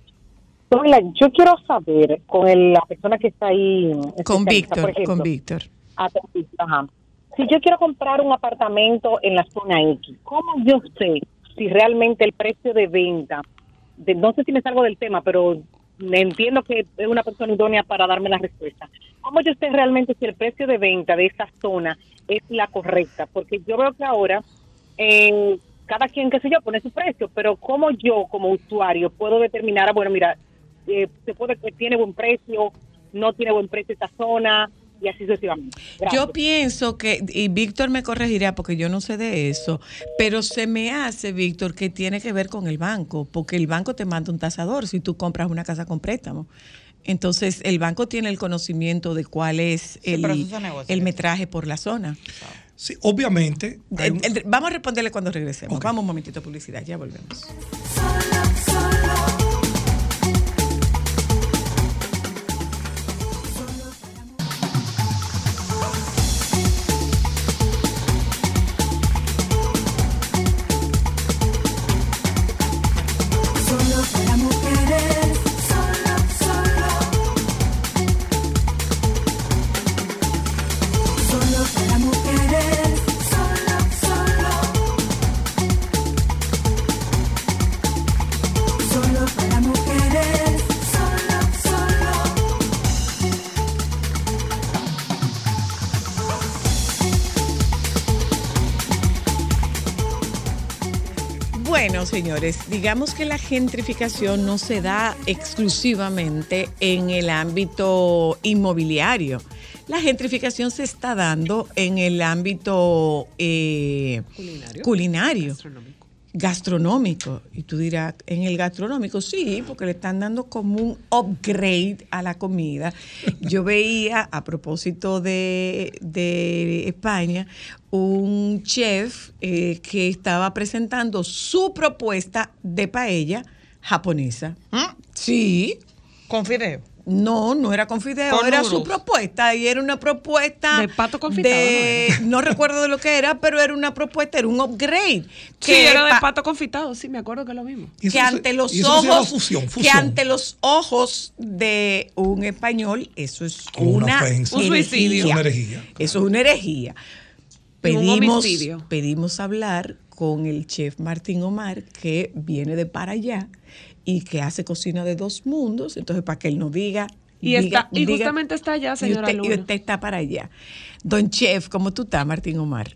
Hola, yo quiero saber con el- la persona que está ahí. Con especialista, Víctor, por ejemplo, con Víctor. ah, con Víctor, ajá. Si yo quiero comprar un apartamento en la zona X, ¿cómo yo sé si realmente el precio de venta, de, no sé si me salgo del tema, pero me entiendo que es una persona idónea para darme la respuesta? ¿Cómo yo sé realmente si el precio de venta de esa zona es la correcta? Porque yo veo que ahora eh, cada quien, qué sé yo, pone su precio, pero ¿cómo yo como usuario puedo determinar, ah, bueno, mira, eh, se puede que tiene buen precio, no tiene buen precio esta zona, y así sucesivamente? Gracias. Yo pienso que, y Víctor me corregirá porque yo no sé de eso, pero se me hace, Víctor, que tiene que ver con el banco, porque el banco te manda un tasador si tú compras una casa con préstamo. Entonces, el banco tiene el conocimiento de cuál es Sí, el, pero eso se negocia. el metraje por la zona. Sí, obviamente. hay El- un- el- vamos a responderle cuando regresemos. Ok. Vamos un momentito a publicidad, ya volvemos. Solo para mujeres, solo, solo Bueno, señores, digamos que la gentrificación no se da exclusivamente en el ámbito inmobiliario. La gentrificación se está dando en el ámbito eh, Culinario. culinario. Gastronómico. Gastronómico. Y tú dirás, en el gastronómico sí, porque le están dando como un upgrade a la comida. Yo veía, a propósito de, de España, un chef eh, que estaba presentando su propuesta de paella japonesa. ¿Mm? Sí. Con fideo. No, no era con fideo, Con era noodles. su propuesta y era una propuesta De pato confitado, de- ¿no era? no recuerdo de lo que era, pero era una propuesta, era un upgrade. Sí, que era de pa- pato confitado, sí, me acuerdo que es lo mismo. Y eso que se- ante los y eso se llama ojos fusión, que fusión. ante los ojos de un español eso es Una una, ofensa. Un suicidio. Es una herejía. Eso es una herejía. Y un Pedimos, homicidio. pedimos hablar con el chef Martín Omar, que viene de para allá y que hace cocina de dos mundos, entonces para que él nos diga. Y, diga- está, y diga- justamente está allá, y señora usted, y Luna. usted está para allá. Don Chef, ¿cómo tú estás, Martín Omar?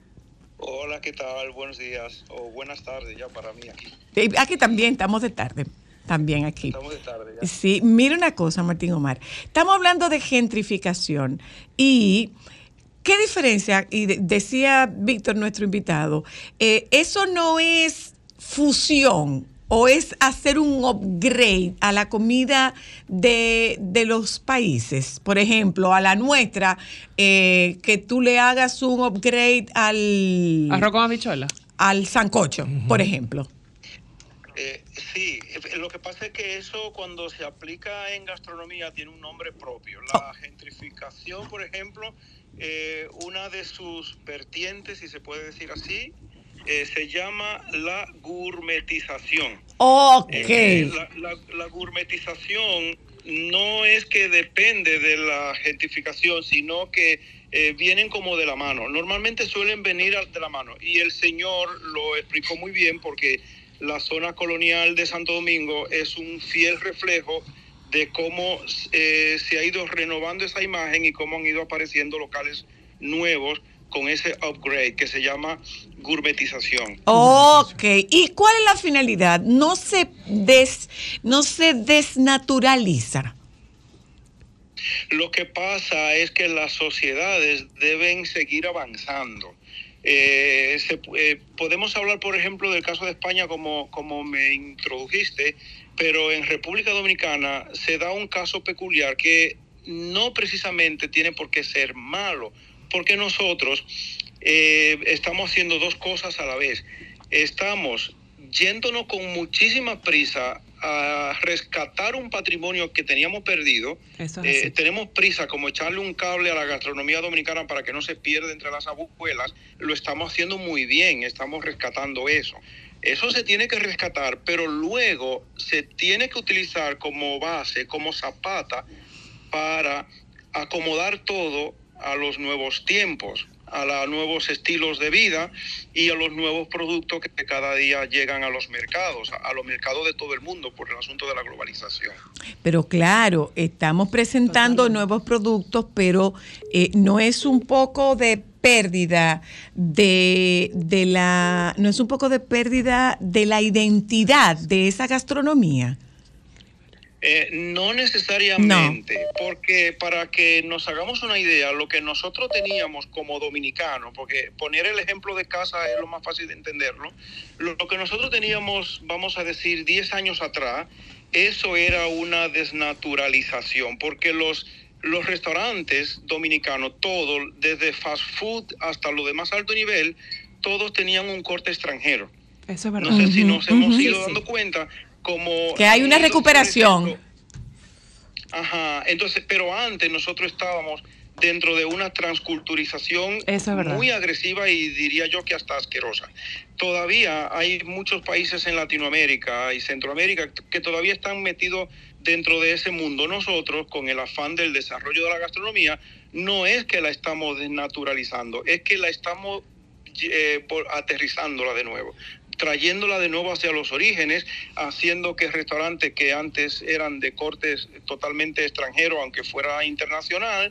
Hola, ¿qué tal? Buenos días o buenas tardes ya para mí aquí. Eh, Aquí también estamos de tarde. También aquí. Estamos de tarde ya. Sí, mira una cosa, Martín Omar. Estamos hablando de gentrificación y ¿qué diferencia? Y de- decía Víctor, nuestro invitado, eh, eso no es fusión o es hacer un upgrade a la comida de, de los países. Por ejemplo, a la nuestra, eh, que tú le hagas un upgrade al, Arroz con habichuela. al sancocho, por ejemplo. Eh, sí, eh, lo que pasa es que eso cuando se aplica en gastronomía tiene un nombre propio. La gentrificación, por ejemplo, eh, una de sus vertientes, si se puede decir así, eh, se llama la gourmetización. Ok. Eh, la, la- la gourmetización no es que depende de la gentrificación, sino que eh, vienen como de la mano. Normalmente suelen venir a- de la mano. Y el señor lo explicó muy bien porque la zona colonial de Santo Domingo es un fiel reflejo de cómo eh, se ha ido renovando esa imagen y cómo han ido apareciendo locales nuevos con ese upgrade que se llama gourmetización. Ok, ¿y cuál es la finalidad? No se des, no se desnaturaliza. Lo que pasa es que las sociedades deben seguir avanzando. Eh, se- eh, podemos hablar, por ejemplo, del caso de España como, como me introdujiste, pero en República Dominicana se da un caso peculiar que no precisamente tiene por qué ser malo, porque nosotros eh, estamos haciendo dos cosas a la vez. Estamos yéndonos con muchísima prisa a rescatar un patrimonio que teníamos perdido. Eso es Eh, así. tenemos prisa como echarle un cable a la gastronomía dominicana para que no se pierda entre las abuelas. Lo estamos haciendo muy bien, estamos rescatando eso. Eso se tiene que rescatar, pero luego se tiene que utilizar como base, como zapata, para acomodar todo a los nuevos tiempos, a los nuevos estilos de vida y a los nuevos productos que cada día llegan a los mercados, a los mercados de todo el mundo por el asunto de la globalización. Pero claro, estamos presentando Totalmente. nuevos productos, pero eh, no es un poco de pérdida de, de la, no es un poco de pérdida de la identidad de esa gastronomía. Eh, no necesariamente, porque para que nos hagamos una idea, lo que nosotros teníamos como dominicanos, porque poner el ejemplo de casa es lo más fácil de entenderlo, lo, lo que nosotros teníamos, vamos a decir, diez años atrás, eso era una desnaturalización, porque los, los restaurantes dominicanos, todos, desde fast food hasta lo de más alto nivel, todos tenían un corte extranjero. Eso es verdad. No sé si nos hemos ujú. ido Sí, sí. dando cuenta como Que hay una han ido, por recuperación. ejemplo, Ajá, entonces, pero antes nosotros estábamos dentro de una transculturización Eso es verdad. muy agresiva y diría yo que hasta asquerosa. Todavía hay muchos países en Latinoamérica y Centroamérica que todavía están metidos dentro de ese mundo. Nosotros, con el afán del desarrollo de la gastronomía, no es que la estamos desnaturalizando, es que la estamos eh, por- aterrizándola de nuevo, trayéndola de nuevo hacia los orígenes, haciendo que restaurantes que antes eran de cortes totalmente extranjeros, aunque fuera internacional,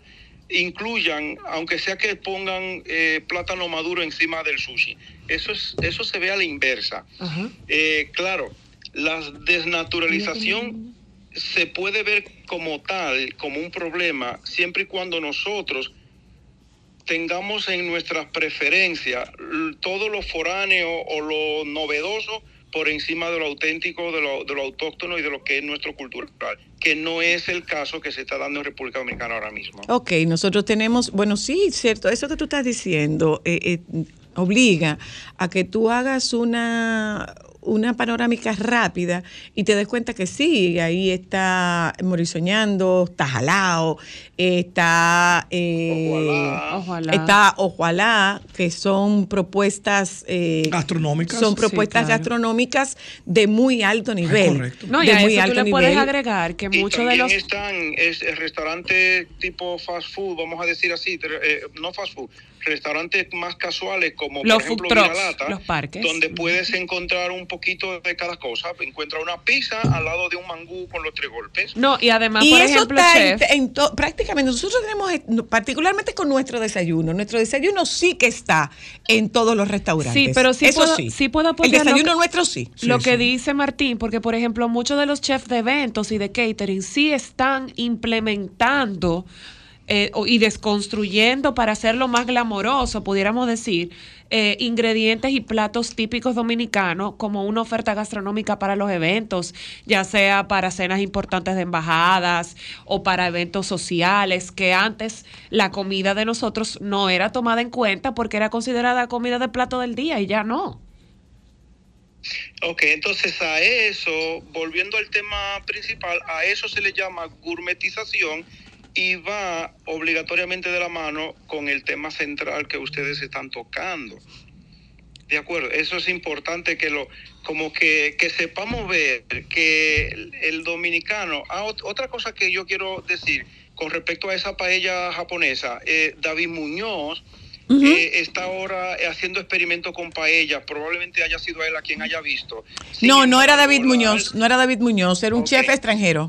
incluyan, aunque sea que pongan eh, plátano maduro encima del sushi. Eso es, eso se ve a la inversa. Ajá. Eh, claro, la desnaturalización se puede ver como tal, como un problema, siempre y cuando nosotros tengamos en nuestras preferencias todo lo foráneo o lo novedoso por encima de lo auténtico, de lo, de lo autóctono y de lo que es nuestro cultural, que no es el caso que se está dando en República Dominicana ahora mismo. Ok, nosotros tenemos, bueno, sí, cierto, eso que tú estás diciendo eh, eh, obliga a que tú hagas una... una panorámica rápida y te des cuenta que sí, ahí está Morisoñando, está Jalao, está eh, Ojalá. Ojalá. está Ojalá, que son propuestas eh, Gastronómicas. son propuestas Sí, claro. gastronómicas de muy alto nivel. correcto. No, y de a muy eso tú alto le puedes nivel. agregar que Y muchos de también los... están es, el restaurante tipo fast food, vamos a decir así, eh, no fast food, restaurantes más casuales como Los por ejemplo food trucks, Viralata, los parques. donde puedes encontrar un poquito de cada cosa. Encuentra una pizza al lado de un mangú con los tres golpes. No, y además, Y por eso ejemplo, está chef, en, en to- prácticamente, nosotros tenemos, eh, no, particularmente con nuestro desayuno, nuestro desayuno sí que está en todos los restaurantes. Sí, pero sí eso puedo- sí. sí puedo El apoyar lo desayuno que- nuestro sí. lo Sí, que sí. dice Martín, porque por ejemplo muchos de los chefs de eventos y de catering sí están implementando eh, o- y desconstruyendo para hacerlo más glamoroso, pudiéramos decir, eh, ingredientes y platos típicos dominicanos como una oferta gastronómica para los eventos, ya sea para cenas importantes de embajadas o para eventos sociales, que antes la comida de nosotros no era tomada en cuenta porque era considerada comida de plato del día y ya no. Ok, entonces a eso, volviendo al tema principal, a eso se le llama gourmetización y va obligatoriamente de la mano con el tema central que ustedes están tocando. De acuerdo, eso es importante que lo, como que, que sepamos ver que el, el dominicano, ah, ot- otra cosa que yo quiero decir con respecto a esa paella japonesa, eh, David Muñoz Ujú. eh, está ahora haciendo experimentos con paellas, probablemente haya sido él a quien haya visto. Sin No, no era embargo, David la Muñoz, alta- no era David Muñoz, era un Ok. chef extranjero.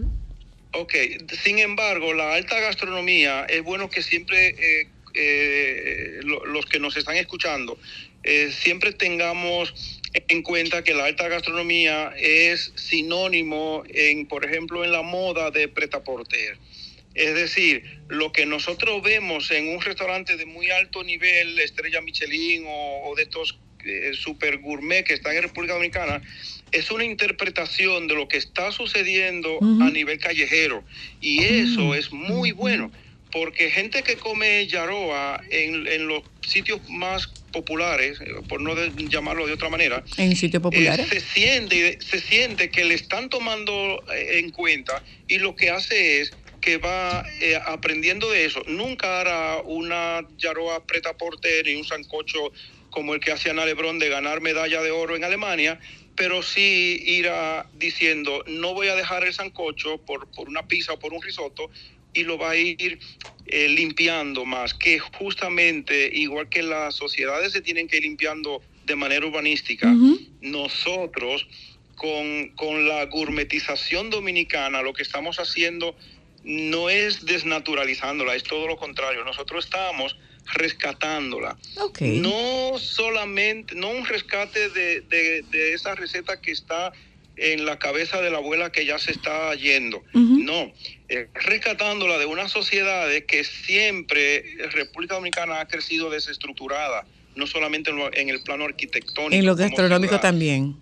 Ok, sin embargo, la alta gastronomía, es bueno que siempre eh, eh, lo- los que nos están escuchando, eh, siempre tengamos en cuenta que la alta gastronomía es sinónimo, en, por ejemplo, en la moda de prêt-à-porter. Es decir, lo que nosotros vemos en un restaurante de muy alto nivel, estrella Michelin o, o de estos eh, super gourmet que están en República Dominicana, es una interpretación de lo que está sucediendo Ujú. a nivel callejero. Y eso es muy bueno, porque gente que come yaroa en, en los sitios más populares, eh, por no de- llamarlo de otra manera, En sitios populares. eh, se siente se siente que le están tomando eh, en cuenta, y lo que hace es que va eh, aprendiendo de eso. Nunca hará una yaroa prêt-à-porter ni un sancocho como el que hace Ana Lebrón de ganar medalla de oro en Alemania, pero sí irá diciendo, no voy a dejar el sancocho por, por una pizza o por un risotto, y lo va a ir eh, limpiando más, que justamente, igual que las sociedades se tienen que ir limpiando de manera urbanística, Ujú. nosotros con, con la gourmetización dominicana lo que estamos haciendo no es desnaturalizándola, es todo lo contrario. Nosotros estamos rescatándola. Ok. No solamente, no un rescate de, de, de esa receta que está en la cabeza de la abuela que ya se está yendo. Ujú. No, eh, rescatándola de una sociedad que siempre República Dominicana ha crecido desestructurada, no solamente en, lo- en el plano arquitectónico. En lo como gastronómico ciudad. también.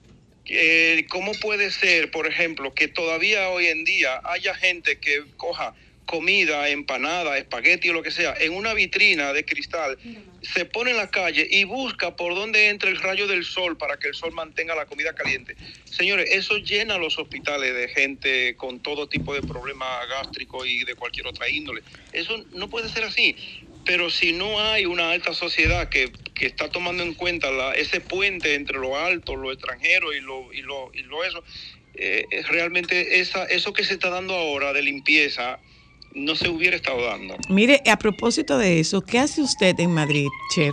Eh, ¿Cómo puede ser, por ejemplo, que todavía hoy en día haya gente que coja comida, empanada, espagueti o lo que sea, en una vitrina de cristal, se pone en la calle y busca por dónde entra el rayo del sol para que el sol mantenga la comida caliente? Señores, eso llena los hospitales de gente con todo tipo de problemas gástricos y de cualquier otra índole. Eso no puede ser así. Pero si no hay una alta sociedad que, que está tomando en cuenta la, ese puente entre lo alto, lo extranjero y lo, y lo, y lo eso, eh, realmente esa, eso que se está dando ahora de limpieza no se hubiera estado dando. Mire, a propósito de eso, ¿qué hace usted en Madrid, chef?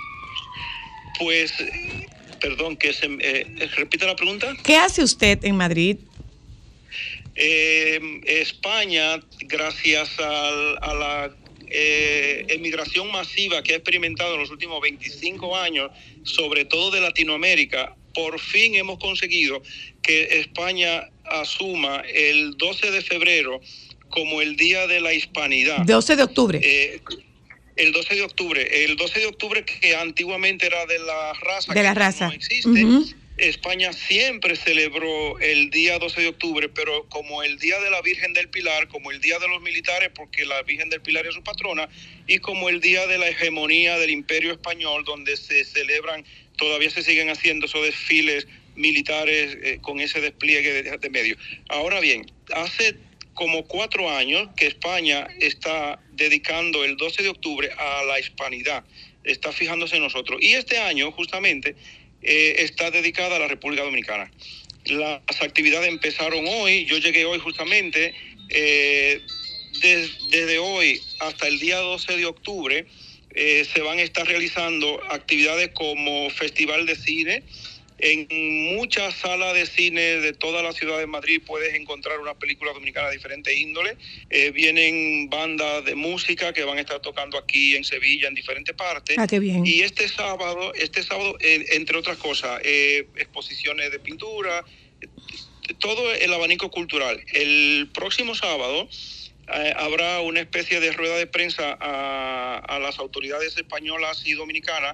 Pues, eh, perdón, que se, eh, repita la pregunta. ¿Qué hace usted en Madrid? Eh, España, gracias al, a la eh, emigración masiva que ha experimentado en los últimos veinticinco años, sobre todo de Latinoamérica, por fin hemos conseguido que España asuma el doce de febrero como el Día de la Hispanidad. doce de octubre. Eh, el doce de octubre. El doce de octubre, que antiguamente era de la raza. De la que raza. No existe. Uh-huh. España siempre celebró el día doce de octubre, pero como el Día de la Virgen del Pilar, como el Día de los Militares, porque la Virgen del Pilar es su patrona, y como el Día de la Hegemonía del Imperio Español, donde se celebran, todavía se siguen haciendo esos desfiles militares eh, con ese despliegue de, de medios. Ahora bien, hace como cuatro años que España está dedicando el doce de octubre a la hispanidad, está fijándose en nosotros. Y este año, justamente, Eh, está dedicada a la República Dominicana. Las actividades empezaron hoy, yo llegué hoy justamente, eh, des, desde hoy hasta el día doce de octubre eh, se van a estar realizando actividades como Festival de Cine. En muchas salas de cine de toda la ciudad de Madrid puedes encontrar una película dominicana de diferentes índoles. Eh, vienen bandas de música que van a estar tocando aquí en Sevilla, en diferentes partes. Ah, qué bien. Y este sábado, este sábado, eh, entre otras cosas, eh, exposiciones de pintura, eh, todo el abanico cultural. El próximo sábado eh, habrá una especie de rueda de prensa a, a las autoridades españolas y dominicanas.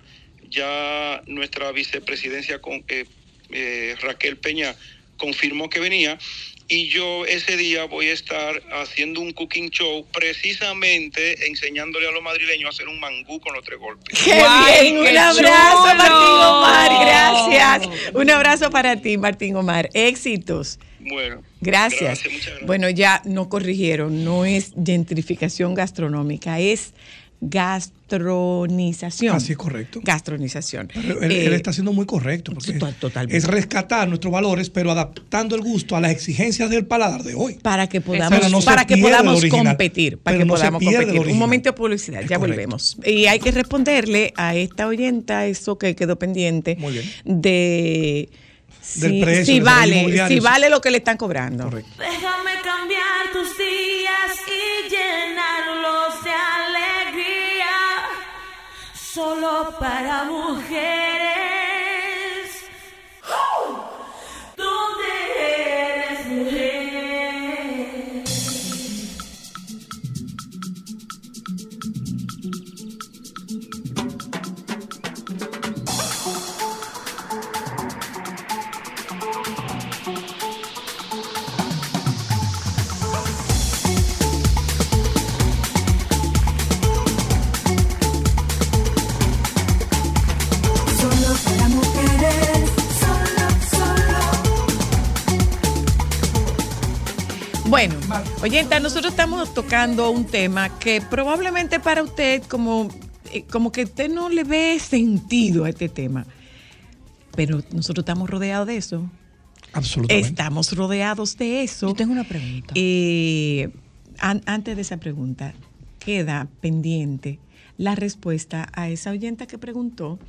Ya nuestra vicepresidencia con, eh, eh, Raquel Peña confirmó que venía, y yo ese día voy a estar haciendo un cooking show, precisamente enseñándole a los madrileños a hacer un mangú con los tres golpes. ¡Qué Guay, bien! qué Un abrazo, chulo. Martín Omar. Gracias. Un abrazo para ti, Martín Omar. Éxitos. Bueno, Gracias. gracias, muchas gracias. Bueno, ya no corrigieron, no es gentrificación gastronómica, es gastronización. Así es correcto. Gastronización. Pero él, Eh, él está siendo muy correcto, porque to- totalmente. es rescatar nuestros valores, pero adaptando el gusto a las exigencias del paladar de hoy. para que podamos, Pero no se para que pierde podamos lo original. competir, para Pero que no se podamos pierde lo competir. Un original. momento de publicidad, Es ya correcto. volvemos. Y hay que responderle a esta oyenta eso que quedó pendiente Muy bien. de Del si, precio si de los vale, inmobiliarios. si vale lo que le están cobrando. Correcto. Déjame cambiar tus días y llenarlos de alegría, solo para mujeres. ¿Dónde eres mujer? Solo para mujeres, solo, solo. Bueno, oyenta, nosotros estamos tocando un tema que probablemente para usted como, eh, como que usted no le ve sentido a este tema, pero nosotros estamos rodeados de eso. Absolutamente. Estamos rodeados de eso. Yo tengo una pregunta. Eh, an- antes de esa pregunta, queda pendiente la respuesta a esa oyenta que preguntó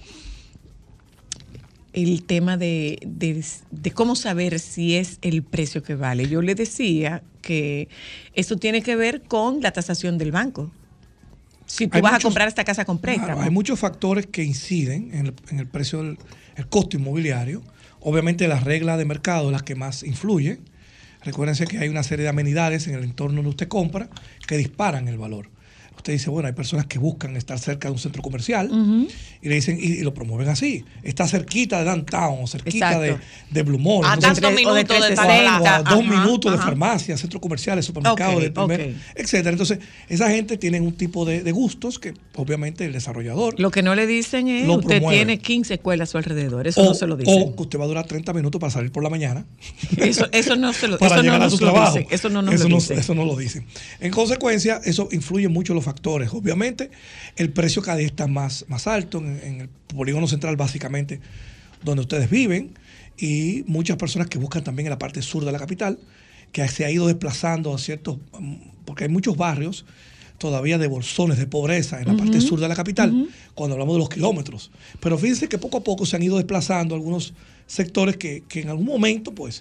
el tema de, de, de cómo saber si es el precio que vale. Yo le decía que eso tiene que ver con la tasación del banco. Si tú Hay vas muchos- a comprar esta casa con préstamo. Claro, hay muchos factores que inciden en el, en el precio del el costo inmobiliario. Obviamente las reglas de mercado, las que más influyen. Recuérdense que hay una serie de amenidades en el entorno donde usted compra que disparan el valor. Usted dice, bueno, hay personas que buscan estar cerca de un centro comercial Ujú. y le dicen, y, y lo promueven así. Está cerquita de downtown, o cerquita de, Exacto. de Blue Mall. A Entonces, tantos o de minutos de trescientos tal o a lado. dos Ajá, minutos de ajá. farmacia, centros comerciales, supermercados, Ok, de primer, ok. etcétera. Entonces, esa gente tiene un tipo de, de gustos que obviamente el desarrollador Lo que no le dicen es, Lo usted promueve. tiene quince escuelas a su alrededor. Eso o, no se lo dicen. o que usted va a durar treinta minutos para salir por la mañana. Eso, eso no se lo, para eso no llegar a nos su lo trabajo. dicen. Eso no nos eso lo no, dicen. eso no lo dicen. En consecuencia, eso influye mucho los factores. Obviamente, el precio cada día está más, más alto en, en el polígono central, básicamente, donde ustedes viven, y muchas personas que buscan también en la parte sur de la capital, que se ha ido desplazando a ciertos, porque hay muchos barrios todavía de bolsones de pobreza en la parte sur de la capital, cuando hablamos de los kilómetros. Pero fíjense que poco a poco se han ido desplazando algunos sectores que, que en algún momento, pues,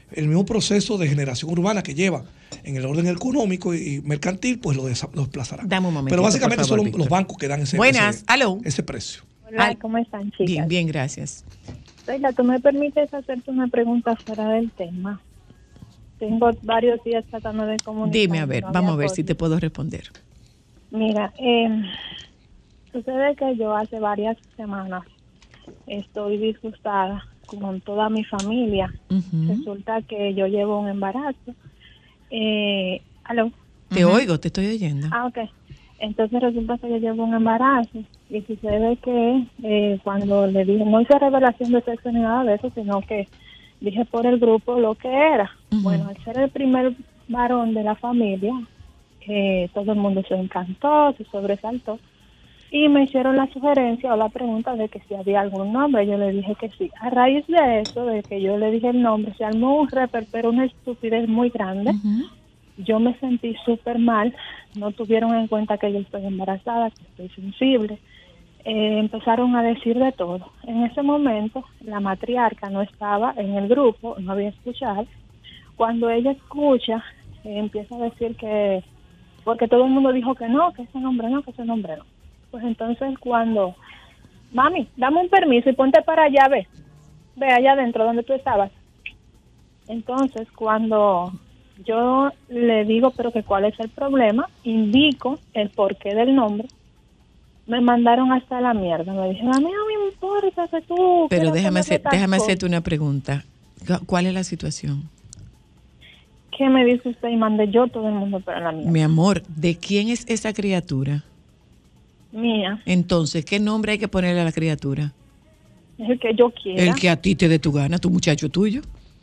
el mismo proceso de generación urbana que lleva en el orden económico y mercantil, pues lo, desa- lo desplazará. Dame un momentito, Pero básicamente por favor, son los, Víctor. los bancos que dan ese, Buenas, ese, aló. ese precio. Hola, Al- ¿cómo están, chicas? Bien, bien, gracias. Sheila, ¿tú me permites hacerte una pregunta fuera del tema? Tengo varios días tratando de comunicar. Dime, a ver, no vamos a había ver si podido. te puedo responder. Mira, eh, sucede que yo hace varias semanas estoy disgustada con toda mi familia. Ujú. Resulta que yo llevo un embarazo. Eh, ¿Aló? Te oigo, te estoy oyendo. Ah, ok. Entonces resulta que yo llevo un embarazo y sucede que eh, cuando le dije, no hice revelación de sexo ni nada de eso, sino que dije por el grupo lo que era. Ujú. Bueno, al ser el primer varón de la familia, eh, todo el mundo se encantó, se sobresaltó y me hicieron la sugerencia o la pregunta de que si había algún nombre. Yo le dije que sí. A raíz de eso, de que yo le dije el nombre, se armó un reperpero, una estupidez muy grande. Ujú. Yo me sentí súper mal, no tuvieron en cuenta que yo estoy embarazada, que estoy sensible. Eh, empezaron a decir de todo. En ese momento, la matriarca no estaba en el grupo, no había escuchado. Cuando ella escucha, eh, empieza a decir que, porque todo el mundo dijo que no, que ese nombre no, que ese nombre no. Pues entonces cuando, mami, dame un permiso y ponte para allá, ve, ve allá adentro donde tú estabas. Entonces cuando yo le digo, pero que cuál es el problema, indico el porqué del nombre, me mandaron hasta la mierda. Me dijeron, a mí no me importa que tú... Pero quieras déjame, ponerle hacer, tal déjame cosa". hacerte una pregunta. ¿Cuál es la situación? ¿Qué me dice usted? Y mandé yo todo el mundo para la mierda. Mi amor, ¿de quién es esa criatura? Mía, Entonces, ¿qué nombre hay que ponerle a la criatura? es el que yo quiera. El que a ti te dé tu gana, tu muchacho tuyo.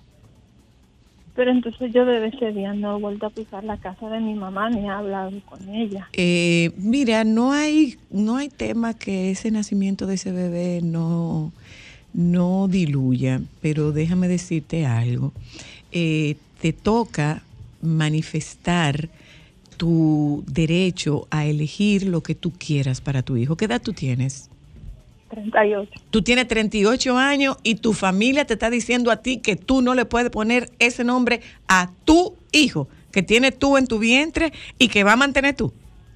Pero entonces yo desde ese día no he vuelto a pisar la casa de mi mamá ni he hablado con ella. Eh, mira, no hay, no hay tema que ese nacimiento de ese bebé no, no diluya, pero déjame decirte algo. Eh, te toca manifestar tu derecho a elegir lo que tú quieras para tu hijo. ¿Qué edad tú tienes? treinta y ocho. Tú tienes treinta y ocho años y tu familia te está diciendo a ti que tú no le puedes poner ese nombre a tu hijo, que tienes tú en tu vientre y que va a mantener tú.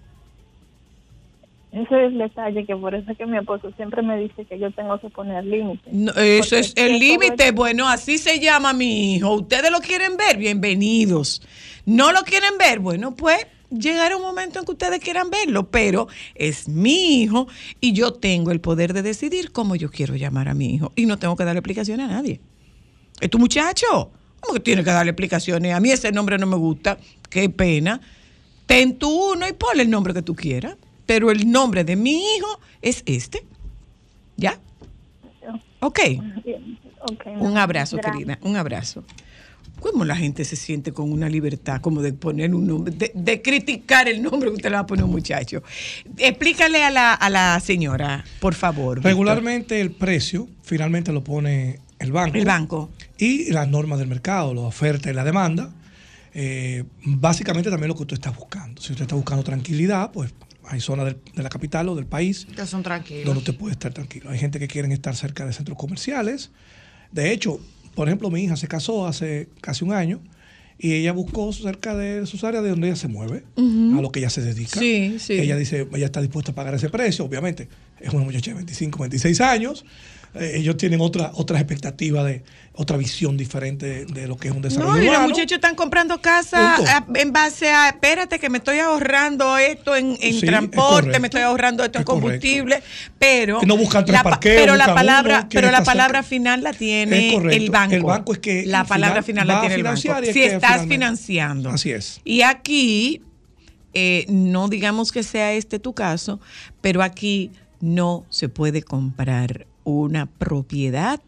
Ese es el detalle, que por eso es que mi esposo siempre me dice que yo tengo que poner límites. No, ese Porque es el eso límite. es- Bueno, así se llama mi hijo. ¿Ustedes lo quieren ver? Bienvenidos. ¿No lo quieren ver? Bueno, pues llegará un momento en que ustedes quieran verlo, pero es mi hijo y yo tengo el poder de decidir cómo yo quiero llamar a mi hijo y no tengo que darle explicaciones a nadie. ¿Es tu muchacho? ¿Cómo que tiene que darle explicaciones? A mí ese nombre no me gusta. Qué pena. Ten tú uno y ponle el nombre que tú quieras, pero el nombre de mi hijo es este. ¿Ya? Ok. Ok, Un abrazo, gracias. querida, un abrazo. ¿Cómo la gente se siente con una libertad como de poner un nombre, de, de criticar el nombre que usted le va a poner a un muchacho? Explícale a la, a la señora, por favor. Víctor. Regularmente el precio finalmente lo pone el banco. El banco. Y las normas del mercado, la oferta y la demanda. Eh, básicamente también lo que usted está buscando. Si usted está buscando tranquilidad, pues hay zonas del- de la capital o del país Que son tranquilos. donde usted puede estar tranquilo. Hay gente que quieren estar cerca de centros comerciales. De hecho, por ejemplo, mi hija se casó hace casi un año y ella buscó cerca de sus áreas de donde ella se mueve, Ujú. a lo que ella se dedica. Sí, sí. Ella dice, ella está dispuesta a pagar ese precio, obviamente. Es una muchacha de veinticinco, veintiséis años. Eh, ellos tienen otra, otras expectativas, de otra visión diferente de, de lo que es un desarrollo No, y los urbano. muchachos están comprando casa Punto. a- en base a, espérate que me estoy ahorrando esto en, en Sí, es transporte, correcto. me estoy ahorrando esto en Es correcto. combustible, pero Que no buscan tres la, pa- parqueos, pero la buscan palabra, uno, pero quieren la estar palabra cerca. final la Es tiene correcto. el banco. El banco es que la al palabra final final la va a tiene el banco. financiar y es Si que estás finalmente- financiando. Así es. Y aquí, eh, no digamos que sea este tu caso, pero aquí no se puede comprar una propiedad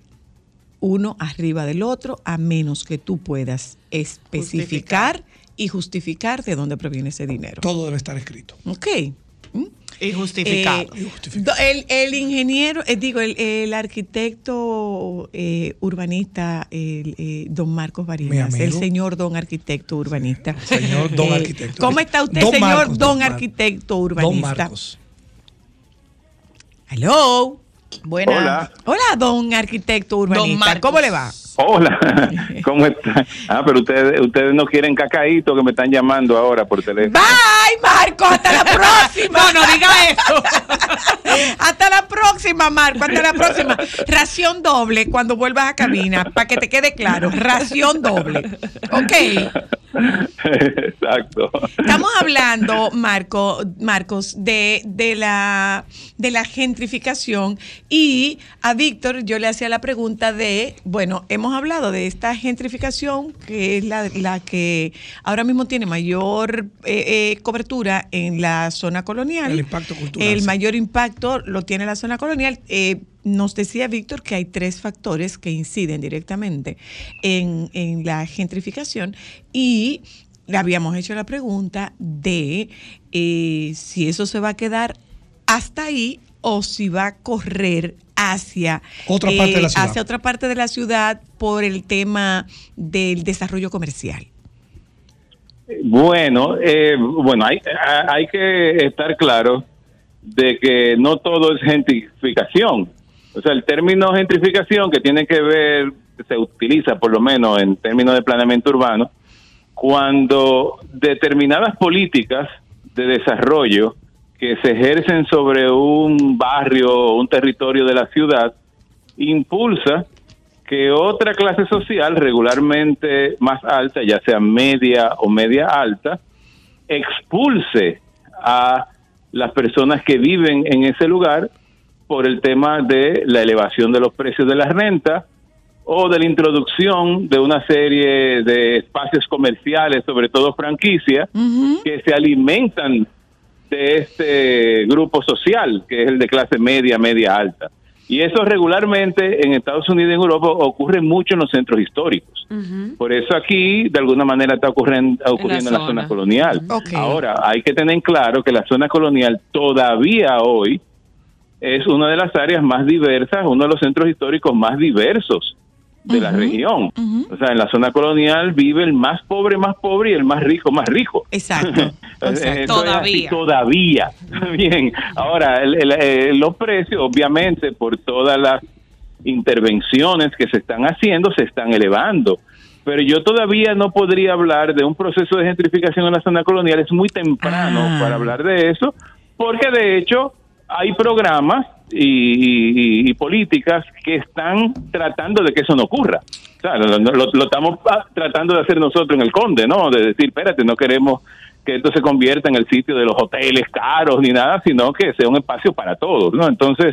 uno arriba del otro a menos que tú puedas especificar y justificar de dónde proviene ese dinero. Todo debe estar escrito. Ok. ¿Mm? Y justificado. Eh, do- el, el ingeniero, eh, digo, el, el arquitecto eh, urbanista, el, eh, don Marcos Varinas, amigo. el señor don arquitecto urbanista. Señor don Eh, arquitecto. ¿Cómo está usted, Don señor Marcos, don, don Mar- arquitecto Don urbanista? Marcos. Hello. Buena. Hola. Hola, don arquitecto urbanista. Marcos. ¿Cómo le va? Hola, ¿Cómo están? Ah, pero ustedes ustedes no quieren cacaíto que me están llamando ahora por teléfono. Bye, Marco, hasta la próxima. No, no diga eso. Hasta la próxima, Marco, hasta la próxima. Ración doble cuando vuelvas a cabina, para que te quede claro. Ración doble. Ok. Exacto. Estamos hablando, Marco, Marcos, de, de la de la gentrificación, y a Víctor yo le hacía la pregunta de, bueno, hemos hablado de esta gentrificación que es la, la que ahora mismo tiene mayor eh, eh, cobertura en la zona colonial. El impacto cultural. El sí. mayor impacto lo tiene la zona colonial. Eh, Nos decía Víctor que hay tres factores que inciden directamente en, en la gentrificación, y le habíamos hecho la pregunta de eh, si eso se va a quedar hasta ahí o si va a correr hacia otra parte de la ciudad. hacia otra parte de la ciudad por el tema del desarrollo comercial. Bueno, eh, bueno, hay, hay que estar claro de que no todo es gentrificación. O sea, el término gentrificación, que tiene que ver, se utiliza por lo menos en términos de planeamiento urbano, cuando determinadas políticas de desarrollo que se ejercen sobre un barrio o un territorio de la ciudad impulsa que otra clase social, regularmente más alta, ya sea media o media alta, expulse a las personas que viven en ese lugar por el tema de la elevación de los precios de la renta o de la introducción de una serie de espacios comerciales, sobre todo franquicias, uh-huh. que se alimentan de este grupo social, que es el de clase media, media alta. Y eso regularmente en Estados Unidos y en Europa ocurre mucho en los centros históricos. Uh-huh. Por eso aquí, de alguna manera, está ocurriendo, ocurriendo en la, en la zona colonial. Okay. Ahora, hay que tener claro que la zona colonial todavía hoy es una de las áreas más diversas, uno de los centros históricos más diversos de uh-huh. la región. Uh-huh. O sea, en la zona colonial vive el más pobre más pobre y el más rico más rico. Exacto. Exacto. Todavía. Todavía. Bien. Ahora, el, el, el, los precios, obviamente, por todas las intervenciones que se están haciendo, se están elevando. Pero yo todavía no podría hablar de un proceso de gentrificación en la zona colonial. Es muy temprano ah. para hablar de eso, porque de hecho hay programas y, y, y políticas que están tratando de que eso no ocurra. O sea, lo, lo, lo estamos tratando de hacer nosotros en el Conde, ¿no? De decir, espérate, no queremos que esto se convierta en el sitio de los hoteles caros ni nada, sino que sea un espacio para todos, ¿no? Entonces,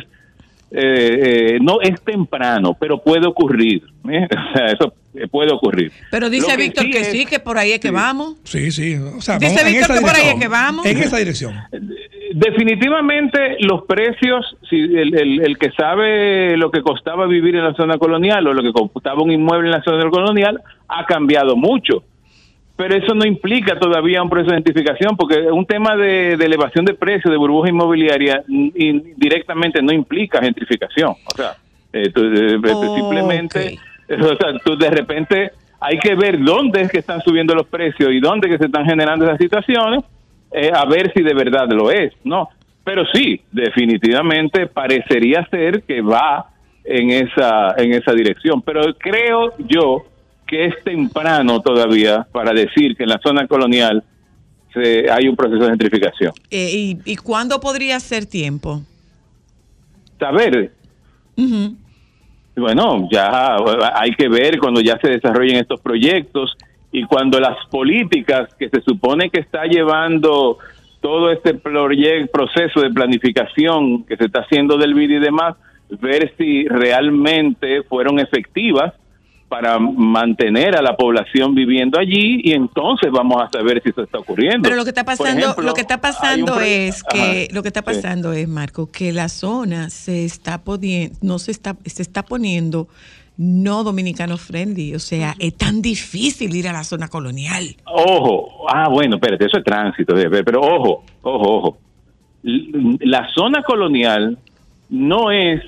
eh, eh, no es temprano, pero puede ocurrir, ¿eh? O sea, eso puede ocurrir. Pero dice que Víctor sí que es, sí, que por ahí es que sí. vamos. Sí, sí. O sea, dice Víctor que por ahí es que vamos. En esa dirección. Definitivamente los precios, si el, el, el que sabe lo que costaba vivir en la zona colonial o lo que costaba un inmueble en la zona colonial ha cambiado mucho. Pero eso no implica todavía un proceso de gentrificación, porque un tema de, de elevación de precios, de burbuja inmobiliaria, directamente no implica gentrificación. O sea, eh, tú, eh, oh, simplemente, okay. o sea, tú de repente hay que ver dónde es que están subiendo los precios y dónde que se están generando esas situaciones, eh, a ver si de verdad lo es, ¿no? Pero sí, definitivamente parecería ser que va en esa, en esa dirección. Pero creo yo que es temprano todavía para decir que en la zona colonial se, hay un proceso de gentrificación. Eh, ¿y, ¿Y cuándo podría ser tiempo? Saber. Uh-huh. Bueno, ya hay que ver cuando ya se desarrollen estos proyectos y cuando las políticas que se supone que está llevando todo este proyecto, proceso de planificación que se está haciendo del B I D y demás, ver si realmente fueron efectivas para mantener a la población viviendo allí, y entonces vamos a saber si eso está ocurriendo. Pero lo que está pasando, ejemplo, lo que está pasando pro... es que Ajá. lo que está pasando sí. es, Marco, que la zona se está poniendo, no se está, se está poniendo no dominicano friendly, o sea, es tan difícil ir a la zona colonial. Ojo, ah, bueno, espérate, eso es tránsito, pero ojo, ojo, ojo. La zona colonial no es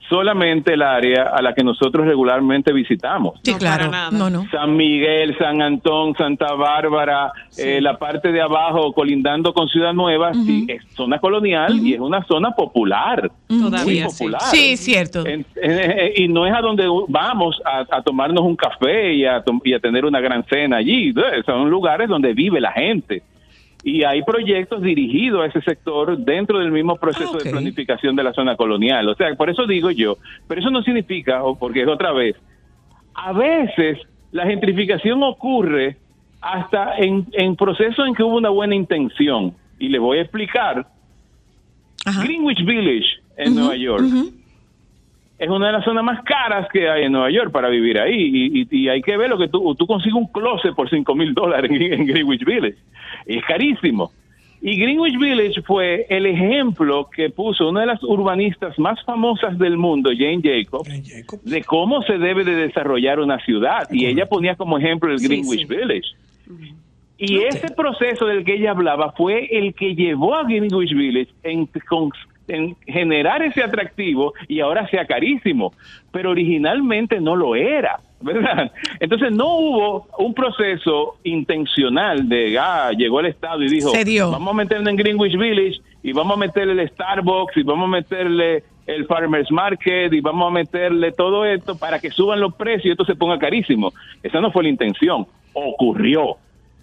solamente el área a la que nosotros regularmente visitamos. Sí, No, claro. para nada. No, no. San Miguel, San Antón, Santa Bárbara, eh, la parte de abajo colindando con Ciudad Nueva, sí, es zona colonial y es una zona popular, muy Todavía sí. popular. Sí, cierto. En- en- y no es a donde vamos a, a tomarnos un café y a, tom- y a tener una gran cena allí. ¿eh? Son lugares donde vive la gente. Y hay proyectos dirigidos a ese sector dentro del mismo proceso Ah, ok. de planificación de la zona colonial. O sea, por eso digo yo, pero eso no significa, o porque es otra vez, a veces la gentrificación ocurre hasta en, en procesos en que hubo una buena intención. Y le voy a explicar. Ajá. Greenwich Village en Ujú, Nueva York ujú. es una de las zonas más caras que hay en Nueva York para vivir ahí. Y, y- y hay que ver lo que tú, tú consigues un closet por cinco mil dólares en, en Greenwich Village. Es carísimo. Y Greenwich Village fue el ejemplo que puso una de las urbanistas más famosas del mundo, Jane Jacobs, Jane Jacobs. de cómo se debe de desarrollar una ciudad. Y ella ponía como ejemplo el Sí, Greenwich sí. Village. Y ese proceso del que ella hablaba fue el que llevó a Greenwich Village en, con- en generar ese atractivo y ahora sea carísimo, pero originalmente no lo era, ¿verdad? Entonces no hubo un proceso intencional de, ah, llegó el Estado y dijo, Se dio. vamos a meterle en Greenwich Village y vamos a meterle el Starbucks y vamos a meterle el Farmers Market y vamos a meterle todo esto para que suban los precios y esto se ponga carísimo. Esa no fue la intención, ocurrió.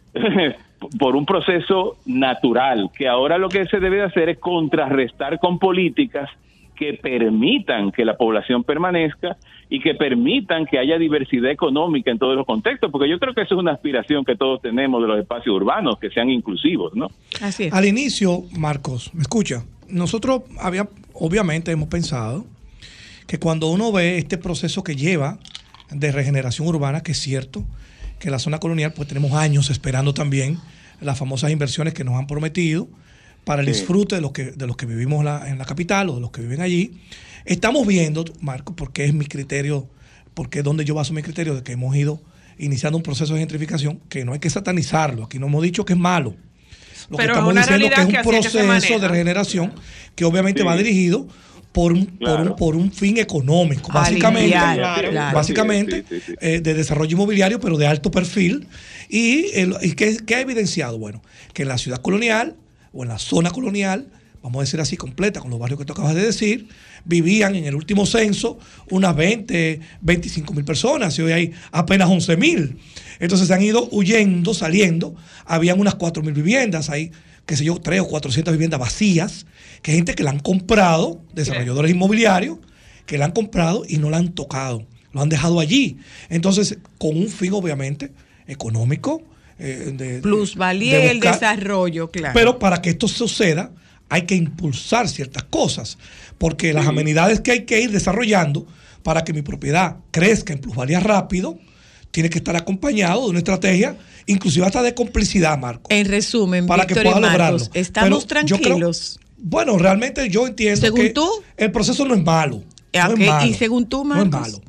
Por un proceso natural, que ahora lo que se debe de hacer es contrarrestar con políticas que permitan que la población permanezca y que permitan que haya diversidad económica en todos los contextos, porque yo creo que eso es una aspiración que todos tenemos de los espacios urbanos, que sean inclusivos, ¿no? Así es. Al inicio, Marcos, ¿me escucha? Nosotros había, obviamente hemos pensado que cuando uno ve este proceso que lleva de regeneración urbana, que es cierto, que la zona colonial, pues tenemos años esperando también las famosas inversiones que nos han prometido para el Sí. disfrute de los que, de los que vivimos la- en la capital o de los que viven allí. Estamos viendo, Marco, porque es mi criterio, porque es donde yo baso mi criterio de que hemos ido iniciando un proceso de gentrificación, que no hay que satanizarlo, aquí no hemos dicho que es malo. Lo Pero que es estamos una diciendo que realidad es que un así es que se proceso de maneja. regeneración que obviamente Sí. va dirigido por un, por Claro. un, por un fin económico, A básicamente, limpiar, Claro. claro. básicamente Sí, sí, sí. eh, de desarrollo inmobiliario, pero de alto perfil. ¿Y, el- y qué, qué ha evidenciado? Bueno, que en la ciudad colonial o en la zona colonial, vamos a decir así, completa, con los barrios que tú acabas de decir, vivían en el último censo unas veinte, veinticinco mil personas y hoy hay apenas once mil. Entonces se han ido huyendo, saliendo. Habían unas cuatro mil viviendas, hay, qué sé yo, tres o cuatrocientas viviendas vacías, que hay gente que la han comprado, desarrolladores inmobiliarios, que la han comprado y no la han tocado, lo han dejado allí. Entonces, con un fin obviamente económico, eh, de, Plusvalía de y el buscar- desarrollo, claro. pero para que esto suceda, hay que impulsar ciertas cosas, porque las amenidades que hay que ir desarrollando para que mi propiedad crezca en plusvalía rápido, tiene que estar acompañado de una estrategia, inclusive hasta de complicidad, Marco. En resumen, para que Víctor y pueda Marcos, lograrlo. estamos Pero yo creo- tranquilos. bueno, realmente yo entiendo ¿Según que tú? el proceso no es malo. Ah, no ok. es malo, ¿Y según tú, No es Marcos? malo.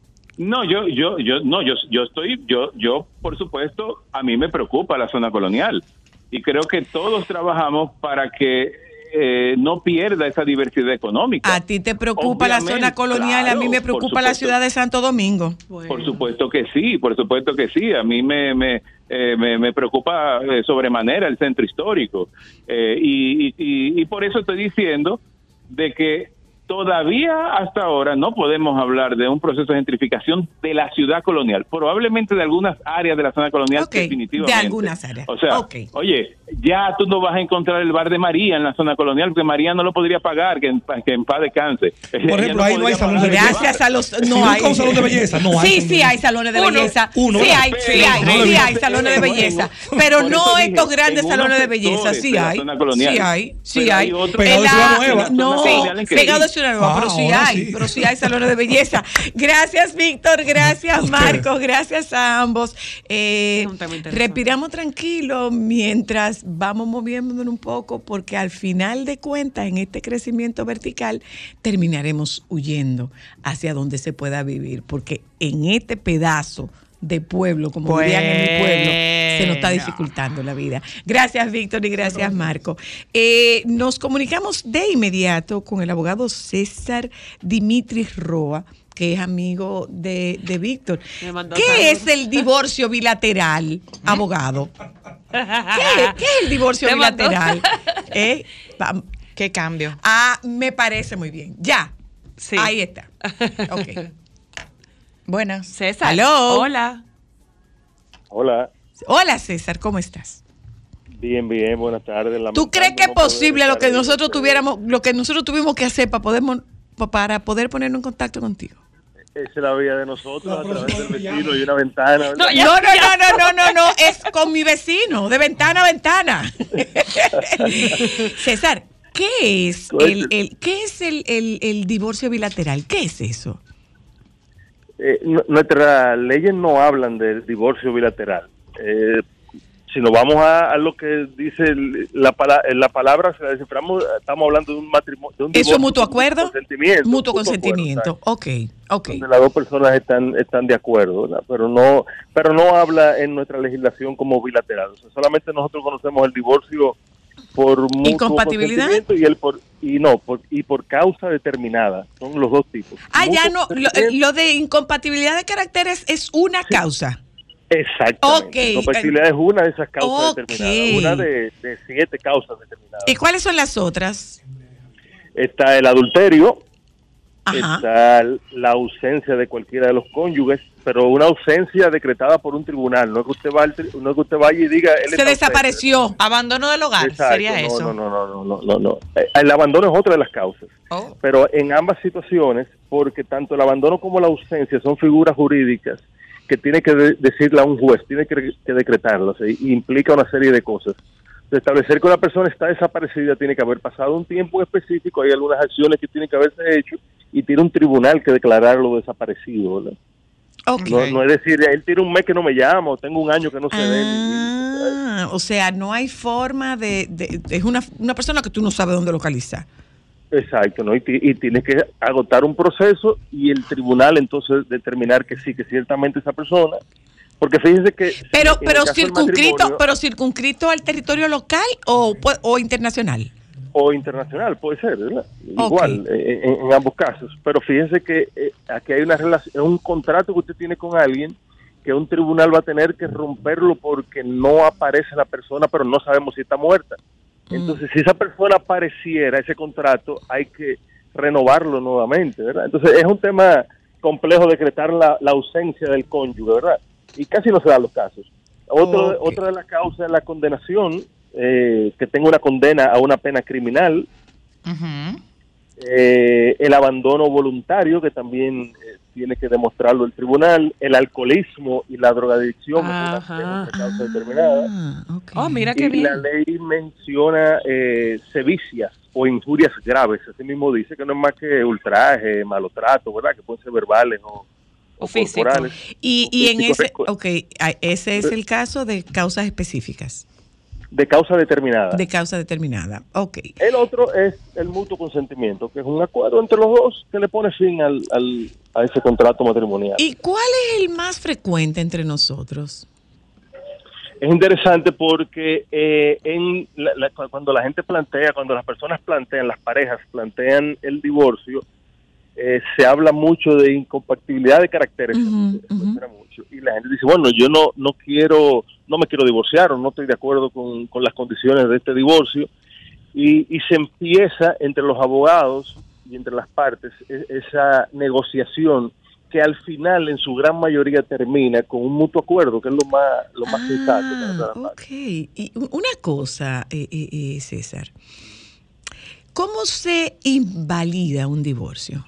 No, yo, yo, yo, no, yo, yo estoy, yo, yo, por supuesto, a mí me preocupa la zona colonial y creo que todos trabajamos para que eh, no pierda esa diversidad económica. A ti te preocupa la Obviamente, zona colonial, a mí claro, me por preocupa la supuesto. ciudad de Santo Domingo. Por supuesto que sí, por supuesto que sí. A mí me me, eh, me, me preocupa eh, sobremanera el centro histórico. Eh, y, y, y- y por eso estoy diciendo de que todavía hasta ahora no podemos hablar de un proceso de gentrificación de la ciudad colonial. Probablemente de algunas áreas de la zona colonial, Ok, definitivamente. de algunas áreas. O sea, Ok. oye, ya tú no vas a encontrar el bar de María en la zona colonial porque María no lo podría pagar, que en, que en paz descanse. Por ejemplo, ahí no hay salones de Gracias a los... No Nunca hay. un salón de belleza, no hay Sí, salón sí de- hay salones de Uno, belleza. uno, sí ¿verdad? hay, sí Pero hay, no lo sí he hay visto. salones de En- en- belleza. en- Pero por no eso dije, estos grandes en salones unos de belleza. sectores Sí de la hay. zona colonial. Sí hay. Sí Pero hay. hay otros Pegado En de Ciudad la- Nueva. No, Zona que pegado de sí. Ciudad Nueva, Ah, pero sí ahora hay. sí. Pero sí hay salones de belleza. Gracias, Víctor. Gracias, Marcos. Gracias a ambos. Eh, Es un tema interesante. respiramos tranquilo mientras vamos moviéndonos un poco, porque al final de cuentas, en este crecimiento vertical, terminaremos huyendo hacia donde se pueda vivir, porque en este pedazo de pueblo, como bueno. dirían en mi pueblo, se nos está dificultando la vida. Gracias, Víctor, y gracias, Marco. Eh, nos comunicamos de inmediato con el abogado César Dimitris Roa, que es amigo de, de Víctor. ¿Qué es el divorcio bilateral, abogado? ¿Qué, ¿Qué es el divorcio bilateral? ¿Eh? ¿Qué cambio? Ah, me parece muy bien. Ya. Sí. Ahí está. Ok. Buenas. César. Hello. Hola. Hola. Hola, César, ¿cómo estás? Bien, bien, buenas tardes. ¿Tú crees que es posible lo que nosotros tuviéramos, lo que nosotros tuvimos que hacer para poder, para poder ponernos en contacto contigo? Esa es la vida de nosotros, a través del vecino y una ventana. No, ya, no, no, no, no, no, no, no, es con mi vecino, de ventana a ventana. César, ¿qué es el, el, ¿qué es el, el, el divorcio bilateral? ¿Qué es eso? Eh, nuestras leyes no hablan del divorcio bilateral. Eh, si nos vamos a, a lo que dice el, la, la palabra, si la desciframos, estamos hablando de un matrimonio. De un ¿Eso es mutuo acuerdo? Consentimiento, mutuo consentimiento, acuerdo, ok, ok. Donde las dos personas están están de acuerdo, ¿verdad? Pero no pero no habla en nuestra legislación como bilateral. O sea, solamente nosotros conocemos el divorcio por mutuo ¿incompatibilidad? consentimiento y el por y no por y por causa determinada. Son los dos tipos. Ah, ya no, lo, lo de incompatibilidad de caracteres es una sí. causa. Exactamente. Okay. La incompatibilidad es una de esas causas okay. determinadas, una de, de siete causas determinadas. ¿Y cuáles son las otras? Está el adulterio, Ajá. está la ausencia de cualquiera de los cónyuges, pero una ausencia decretada por un tribunal. No es que usted, va al tri- no es que usted vaya y diga... Él se desapareció. Ausente. Abandono del hogar, Exacto, sería no, eso. No, no, no, no, no, no, no. El abandono es otra de las causas. Oh. Pero en ambas situaciones, porque tanto el abandono como la ausencia son figuras jurídicas que tiene que de- decirle a un juez, tiene que, que decretarlo, o sea, y implica una serie de cosas. De establecer que una persona está desaparecida, tiene que haber pasado un tiempo específico, hay algunas acciones que tienen que haberse hecho y tiene un tribunal que declararlo desaparecido, ¿verdad? Okay. No, no es decir, él tiene un mes que no me llama, o tengo un año que no se ve. Ah, o sea, no hay forma de, de, de es una, una persona que tú no sabes dónde localizar. Exacto, ¿no? Y, t- y tienes que agotar un proceso y el tribunal entonces determinar que sí, que ciertamente esa persona, porque fíjense que... Pero en pero el caso del circunscrito, matrimonio- pero circunscrito al territorio local o, o internacional. O internacional, puede ser, ¿verdad? Okay. Igual, eh, en, en ambos casos. Pero fíjense que eh, aquí hay una relación, un contrato que usted tiene con alguien que un tribunal va a tener que romperlo porque no aparece la persona, pero no sabemos si está muerta. Entonces, si esa persona apareciera, ese contrato, hay que renovarlo nuevamente, ¿verdad? Entonces, es un tema complejo decretar la, la ausencia del cónyuge, ¿verdad? Y casi no se dan los casos. Otro, Okay. Otra de las causas es la condenación, eh, que tenga una condena a una pena criminal. Uh-huh. Eh, el abandono voluntario, que también eh, tiene que demostrarlo el tribunal, el alcoholismo y la drogadicción, es una, es una causa determinada. Ah, okay. Oh, mira qué Y bien. la ley menciona eh, sevicias o injurias graves, así mismo dice que no es más que ultraje, malotrato, ¿verdad? Que pueden ser verbales o, O físico. corporales. Y, y en ese, Físico, ok, ah, ese es el caso de causas específicas, de causa determinada. de causa determinada. Ok. El otro es el mutuo consentimiento, que es un acuerdo entre los dos que le pone fin al, al, a ese contrato matrimonial. ¿Y cuál es el más frecuente entre nosotros? Es interesante porque eh, en la, la, cuando la gente plantea, cuando las personas plantean, las parejas plantean el divorcio, eh, se habla mucho de incompatibilidad de caracteres, Uh-huh, se uh-huh. menciona mucho, y la gente dice, bueno, yo no no quiero, no me quiero divorciar, o no estoy de acuerdo con, con las condiciones de este divorcio, y, y se empieza entre los abogados y entre las partes e- esa negociación que al final en su gran mayoría termina con un mutuo acuerdo, que es lo más lo más sensato. Ah, ok. Y u- una cosa, eh, eh, eh, César, ¿cómo se invalida un divorcio?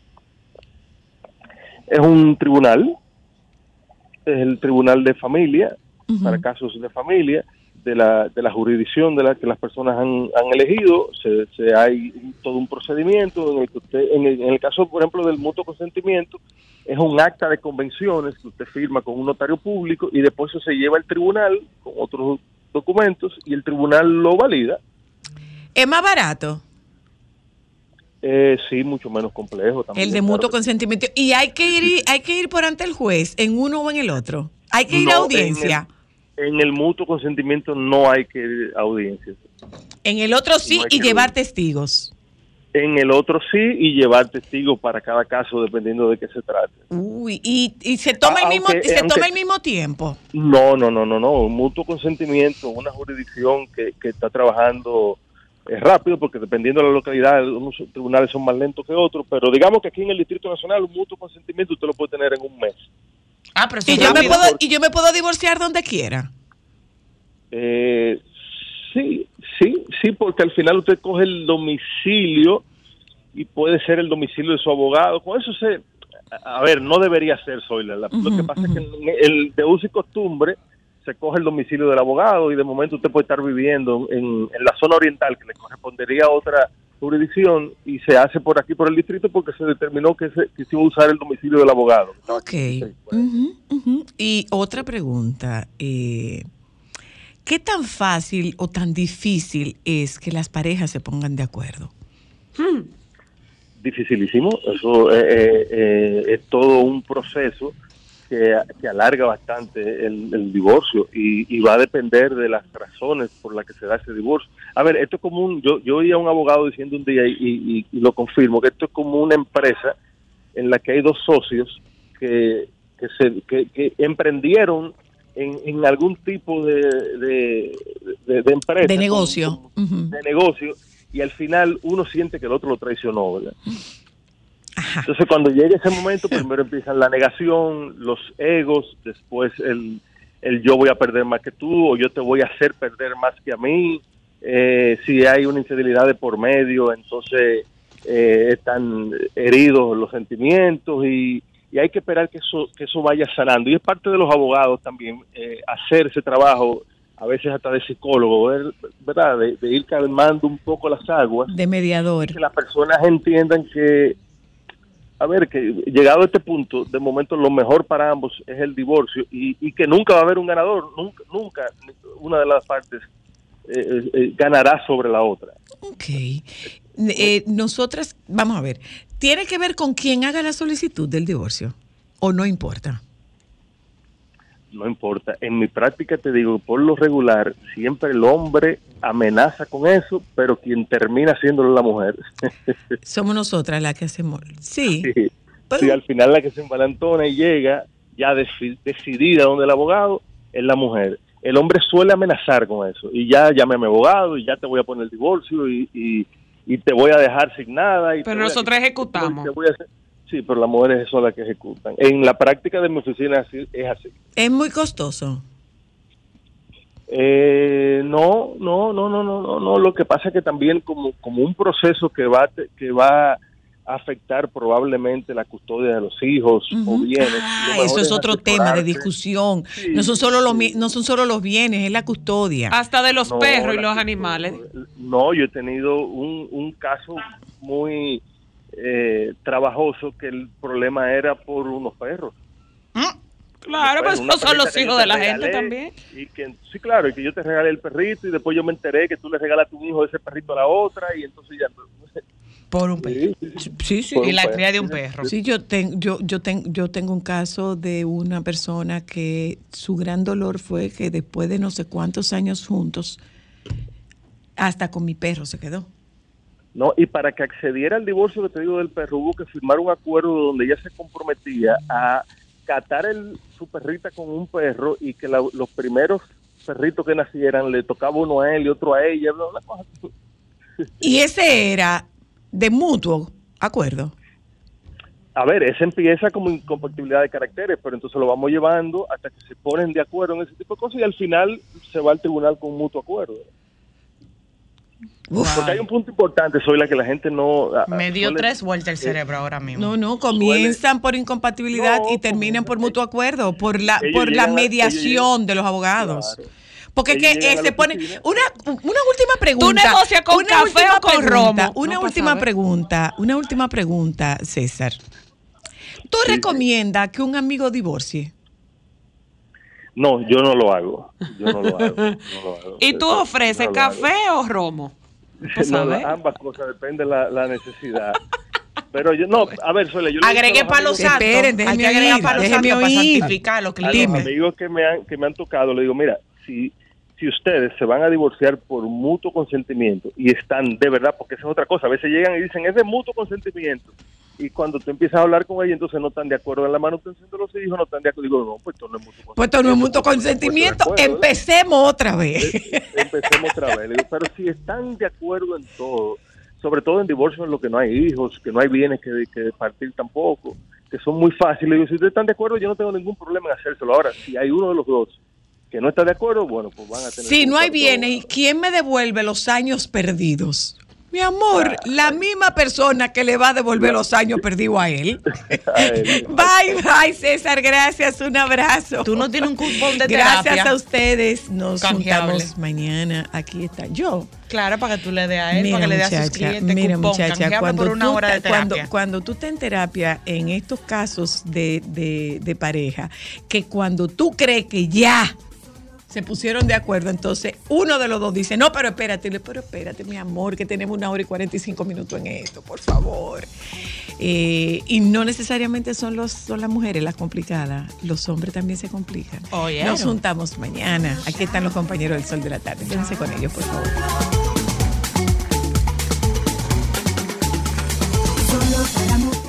Es un tribunal, es el tribunal de familia, Ujú. para casos de familia, de la de la jurisdicción de la que las personas han, han elegido. Se, se hay un- todo un procedimiento en el que usted, en el, en el caso, por ejemplo, del mutuo consentimiento, es un acta de convenciones que usted firma con un notario público y después eso se lleva al tribunal con otros documentos y el tribunal lo valida. ¿Es más barato? Eh, sí, mucho menos complejo también. El de mutuo consentimiento. Y hay que ir, hay que ir por ante el juez, en uno o en el otro. Hay que ir No, a audiencia. En el, en el mutuo consentimiento no hay que ir a audiencia. En el otro sí, No hay y que llevar ir. testigos. En el otro sí, y llevar testigos para cada caso dependiendo de qué se trate. Uy, y, y se toma Ah, el mismo, aunque- se aunque- toma el mismo tiempo. No, no, no, no, no. Un mutuo consentimiento, una jurisdicción que, que está trabajando eh, rápido, porque dependiendo de la localidad, unos tribunales son más lentos que otros, pero digamos que aquí en el Distrito Nacional un mutuo consentimiento usted lo puede tener en un mes. Ah, pero Y eso yo, es me rápido. puedo, y yo me puedo divorciar donde quiera. Eh, sí, sí, sí, porque al final usted coge el domicilio y puede ser el domicilio de su abogado. Con eso se... A a ver, no debería ser, Zoila. La- Lo que pasa es que en el de uso y costumbre se coge el domicilio del abogado y de momento usted puede estar viviendo en, en la zona oriental que le correspondería a otra jurisdicción y se hace por aquí, por el distrito, porque se determinó que se, que se iba a usar el domicilio del abogado. Ok. Ujú, ujú. Y otra pregunta. Eh, ¿Qué tan fácil o tan difícil es que las parejas se pongan de acuerdo? Dificilísimo, eso eh, eh, eh, es todo un proceso que, que alarga bastante el, el divorcio y, y va a depender de las razones por las que se da ese divorcio. A ver, esto es como un, yo, yo oí a un abogado diciendo un día y, y- y lo confirmo, que esto es como una empresa en la que hay dos socios que, que, se, que, que emprendieron en, en algún tipo de, de, de, de empresa. De como- negocio. Ujú. de negocio y al final uno siente que el otro lo traicionó, ¿verdad? Entonces cuando llega ese momento, primero empiezan la negación, los egos, después el, el yo voy a perder más que tú o yo te voy a hacer perder más que a mí. Eh, si hay una infidelidad de por medio, entonces eh, están heridos los sentimientos y, y hay que esperar que eso, que eso vaya sanando. Y es parte de los abogados también eh, hacer ese trabajo, a veces hasta de psicólogo, ver- ¿verdad? De, de ir calmando un poco las aguas. De mediador. Que las personas entiendan que, a ver, que llegado a este punto, de momento lo mejor para ambos es el divorcio y, y que nunca va a haber un ganador, nunca, nunca una de las partes eh, eh, ganará sobre la otra. Ok. Eh, nosotras, vamos a ver, ¿tiene que ver con quién haga la solicitud del divorcio? ¿O no importa? No importa. En mi práctica te digo, por lo regular, siempre el hombre amenaza con eso, pero quien termina haciéndolo es la mujer. Somos nosotras las que hacemos. Sí. Sí. Sí, al final la que se envalentona y llega ya deci- decidida donde el abogado es la mujer. El hombre suele amenazar con eso y ya llame a mi abogado y ya te voy a poner el divorcio y, y, y te voy a dejar sin nada. Y te Pero voy a- nosotros ejecutamos. te voy a hacer- Sí, pero las mujeres son las que ejecutan. En la práctica de mi oficina es así. Es así. Es muy costoso. Eh, no, no, no, no, no, no, no. Lo que pasa es que también como, como un proceso que va, a te- que va a afectar probablemente la custodia de los hijos o bienes. Ah, lo mejor eso es otro tema de asesorarse. discusión. No son solo los mi- no son solo los bienes, es la custodia. Hasta de los No, perros y la los custodia. animales. No, yo he tenido un, un caso muy eh, trabajoso que el problema era por unos perros. Claro, Bueno, pues una esos son los perrita que yo hijos te de la gente regalé, también. Y que, sí, claro, y que yo te regalé el perrito y después yo me enteré que tú le regalaste un hijo de ese perrito a la otra y entonces ya... Por un perro. Sí, sí. Por un perro. Sí, yo, ten- yo, yo, ten- yo tengo un caso de una persona que su gran dolor fue que después de no sé cuántos años juntos, hasta con mi perro se quedó. No, y para que accediera al divorcio que te digo del perro, hubo que firmar un acuerdo donde ella se comprometía a catar el, su perrita con un perro y que la- los primeros perritos que nacieran le tocaba uno a él y otro a ella, una cosa así. Y ese era de mutuo acuerdo. A ver, ese empieza como incompatibilidad de caracteres, pero entonces lo vamos llevando hasta que se ponen de acuerdo en ese tipo de cosas y al final se va al tribunal con un mutuo acuerdo. Uf. Porque hay un punto importante, soy la que la gente no... a- Me dio suele- tres vueltas el cerebro ahora mismo. No, no, comienzan por incompatibilidad y terminan por mutuo acuerdo, por la ellos por la llegan a- mediación de los abogados. Porque es Ellos que llegan eh, a se la pone oficina. una una última pregunta. ¿Tú negocias con una café última o con pregunta, romo? Una No, pa' última saber. pregunta, una última pregunta, César. ¿Tú recomiendas que un amigo divorcie? No, yo no lo hago. Yo no lo hago. no lo hago. ¿Y tú ofreces No lo hago. café o romo? No, la- ambas cosas, depende de la, la necesidad. Pero yo, no, a ver, Suele, yo le he Agregué dicho a los palo amigos- santo. Esperen, Hay déjeme que agregar oír, palo déjeme santo para oír. santificar los a los clientes. amigos que me han que me han tocado, le digo, mira, si si ustedes se van a divorciar por mutuo consentimiento y están de verdad, porque esa es otra cosa, a veces llegan y dicen, es de mutuo consentimiento, y cuando tú empiezas a hablar con ella, entonces no están de acuerdo en la manutención de los hijos, no están de acuerdo, digo, no, pues esto no es mutuo consentimiento. Pues esto no es mutuo pues, consentimiento. pues, de acuerdo, ¿no? Empecemos otra vez. Eh, Empecemos otra vez. Le digo, pero si están de acuerdo en todo, sobre todo en divorcio en lo que no hay hijos, que no hay bienes que, que partir tampoco, que son muy fáciles. Le digo, si ustedes están de acuerdo, yo no tengo ningún problema en hacérselo. Ahora, si hay uno de los dos que no está de acuerdo, bueno, pues van a tener Si que no hay buscar bienes, todo. ¿y quién me devuelve los años perdidos? Mi amor, la misma persona que le va a devolver los años perdidos a él. A él. Bye, bye, César. Gracias. Un abrazo. Tú no tienes un cupón de Gracias terapia. a ustedes. Nos Canjeable. juntamos mañana. Aquí está yo. Claro, para que tú le des a él, Mira, para que le dé a sus muchacha, clientes mira, cupón, muchacha, canjeable cuando por una tú, hora de ta- cuando, terapia. cuando tú estás en terapia, en estos casos de, de, de pareja, que cuando tú crees que ya se pusieron de acuerdo, entonces uno de los dos dice, no, pero espérate, le- pero espérate, mi amor, que tenemos una hora y cuarenta y cinco minutos en esto, por favor. Eh, y no necesariamente son, los, son las mujeres las complicadas, los hombres también se complican. Oyeron. Nos juntamos mañana. Aquí están los compañeros del Sol de la Tarde. Quédense con ellos, por favor. Solo para mujeres.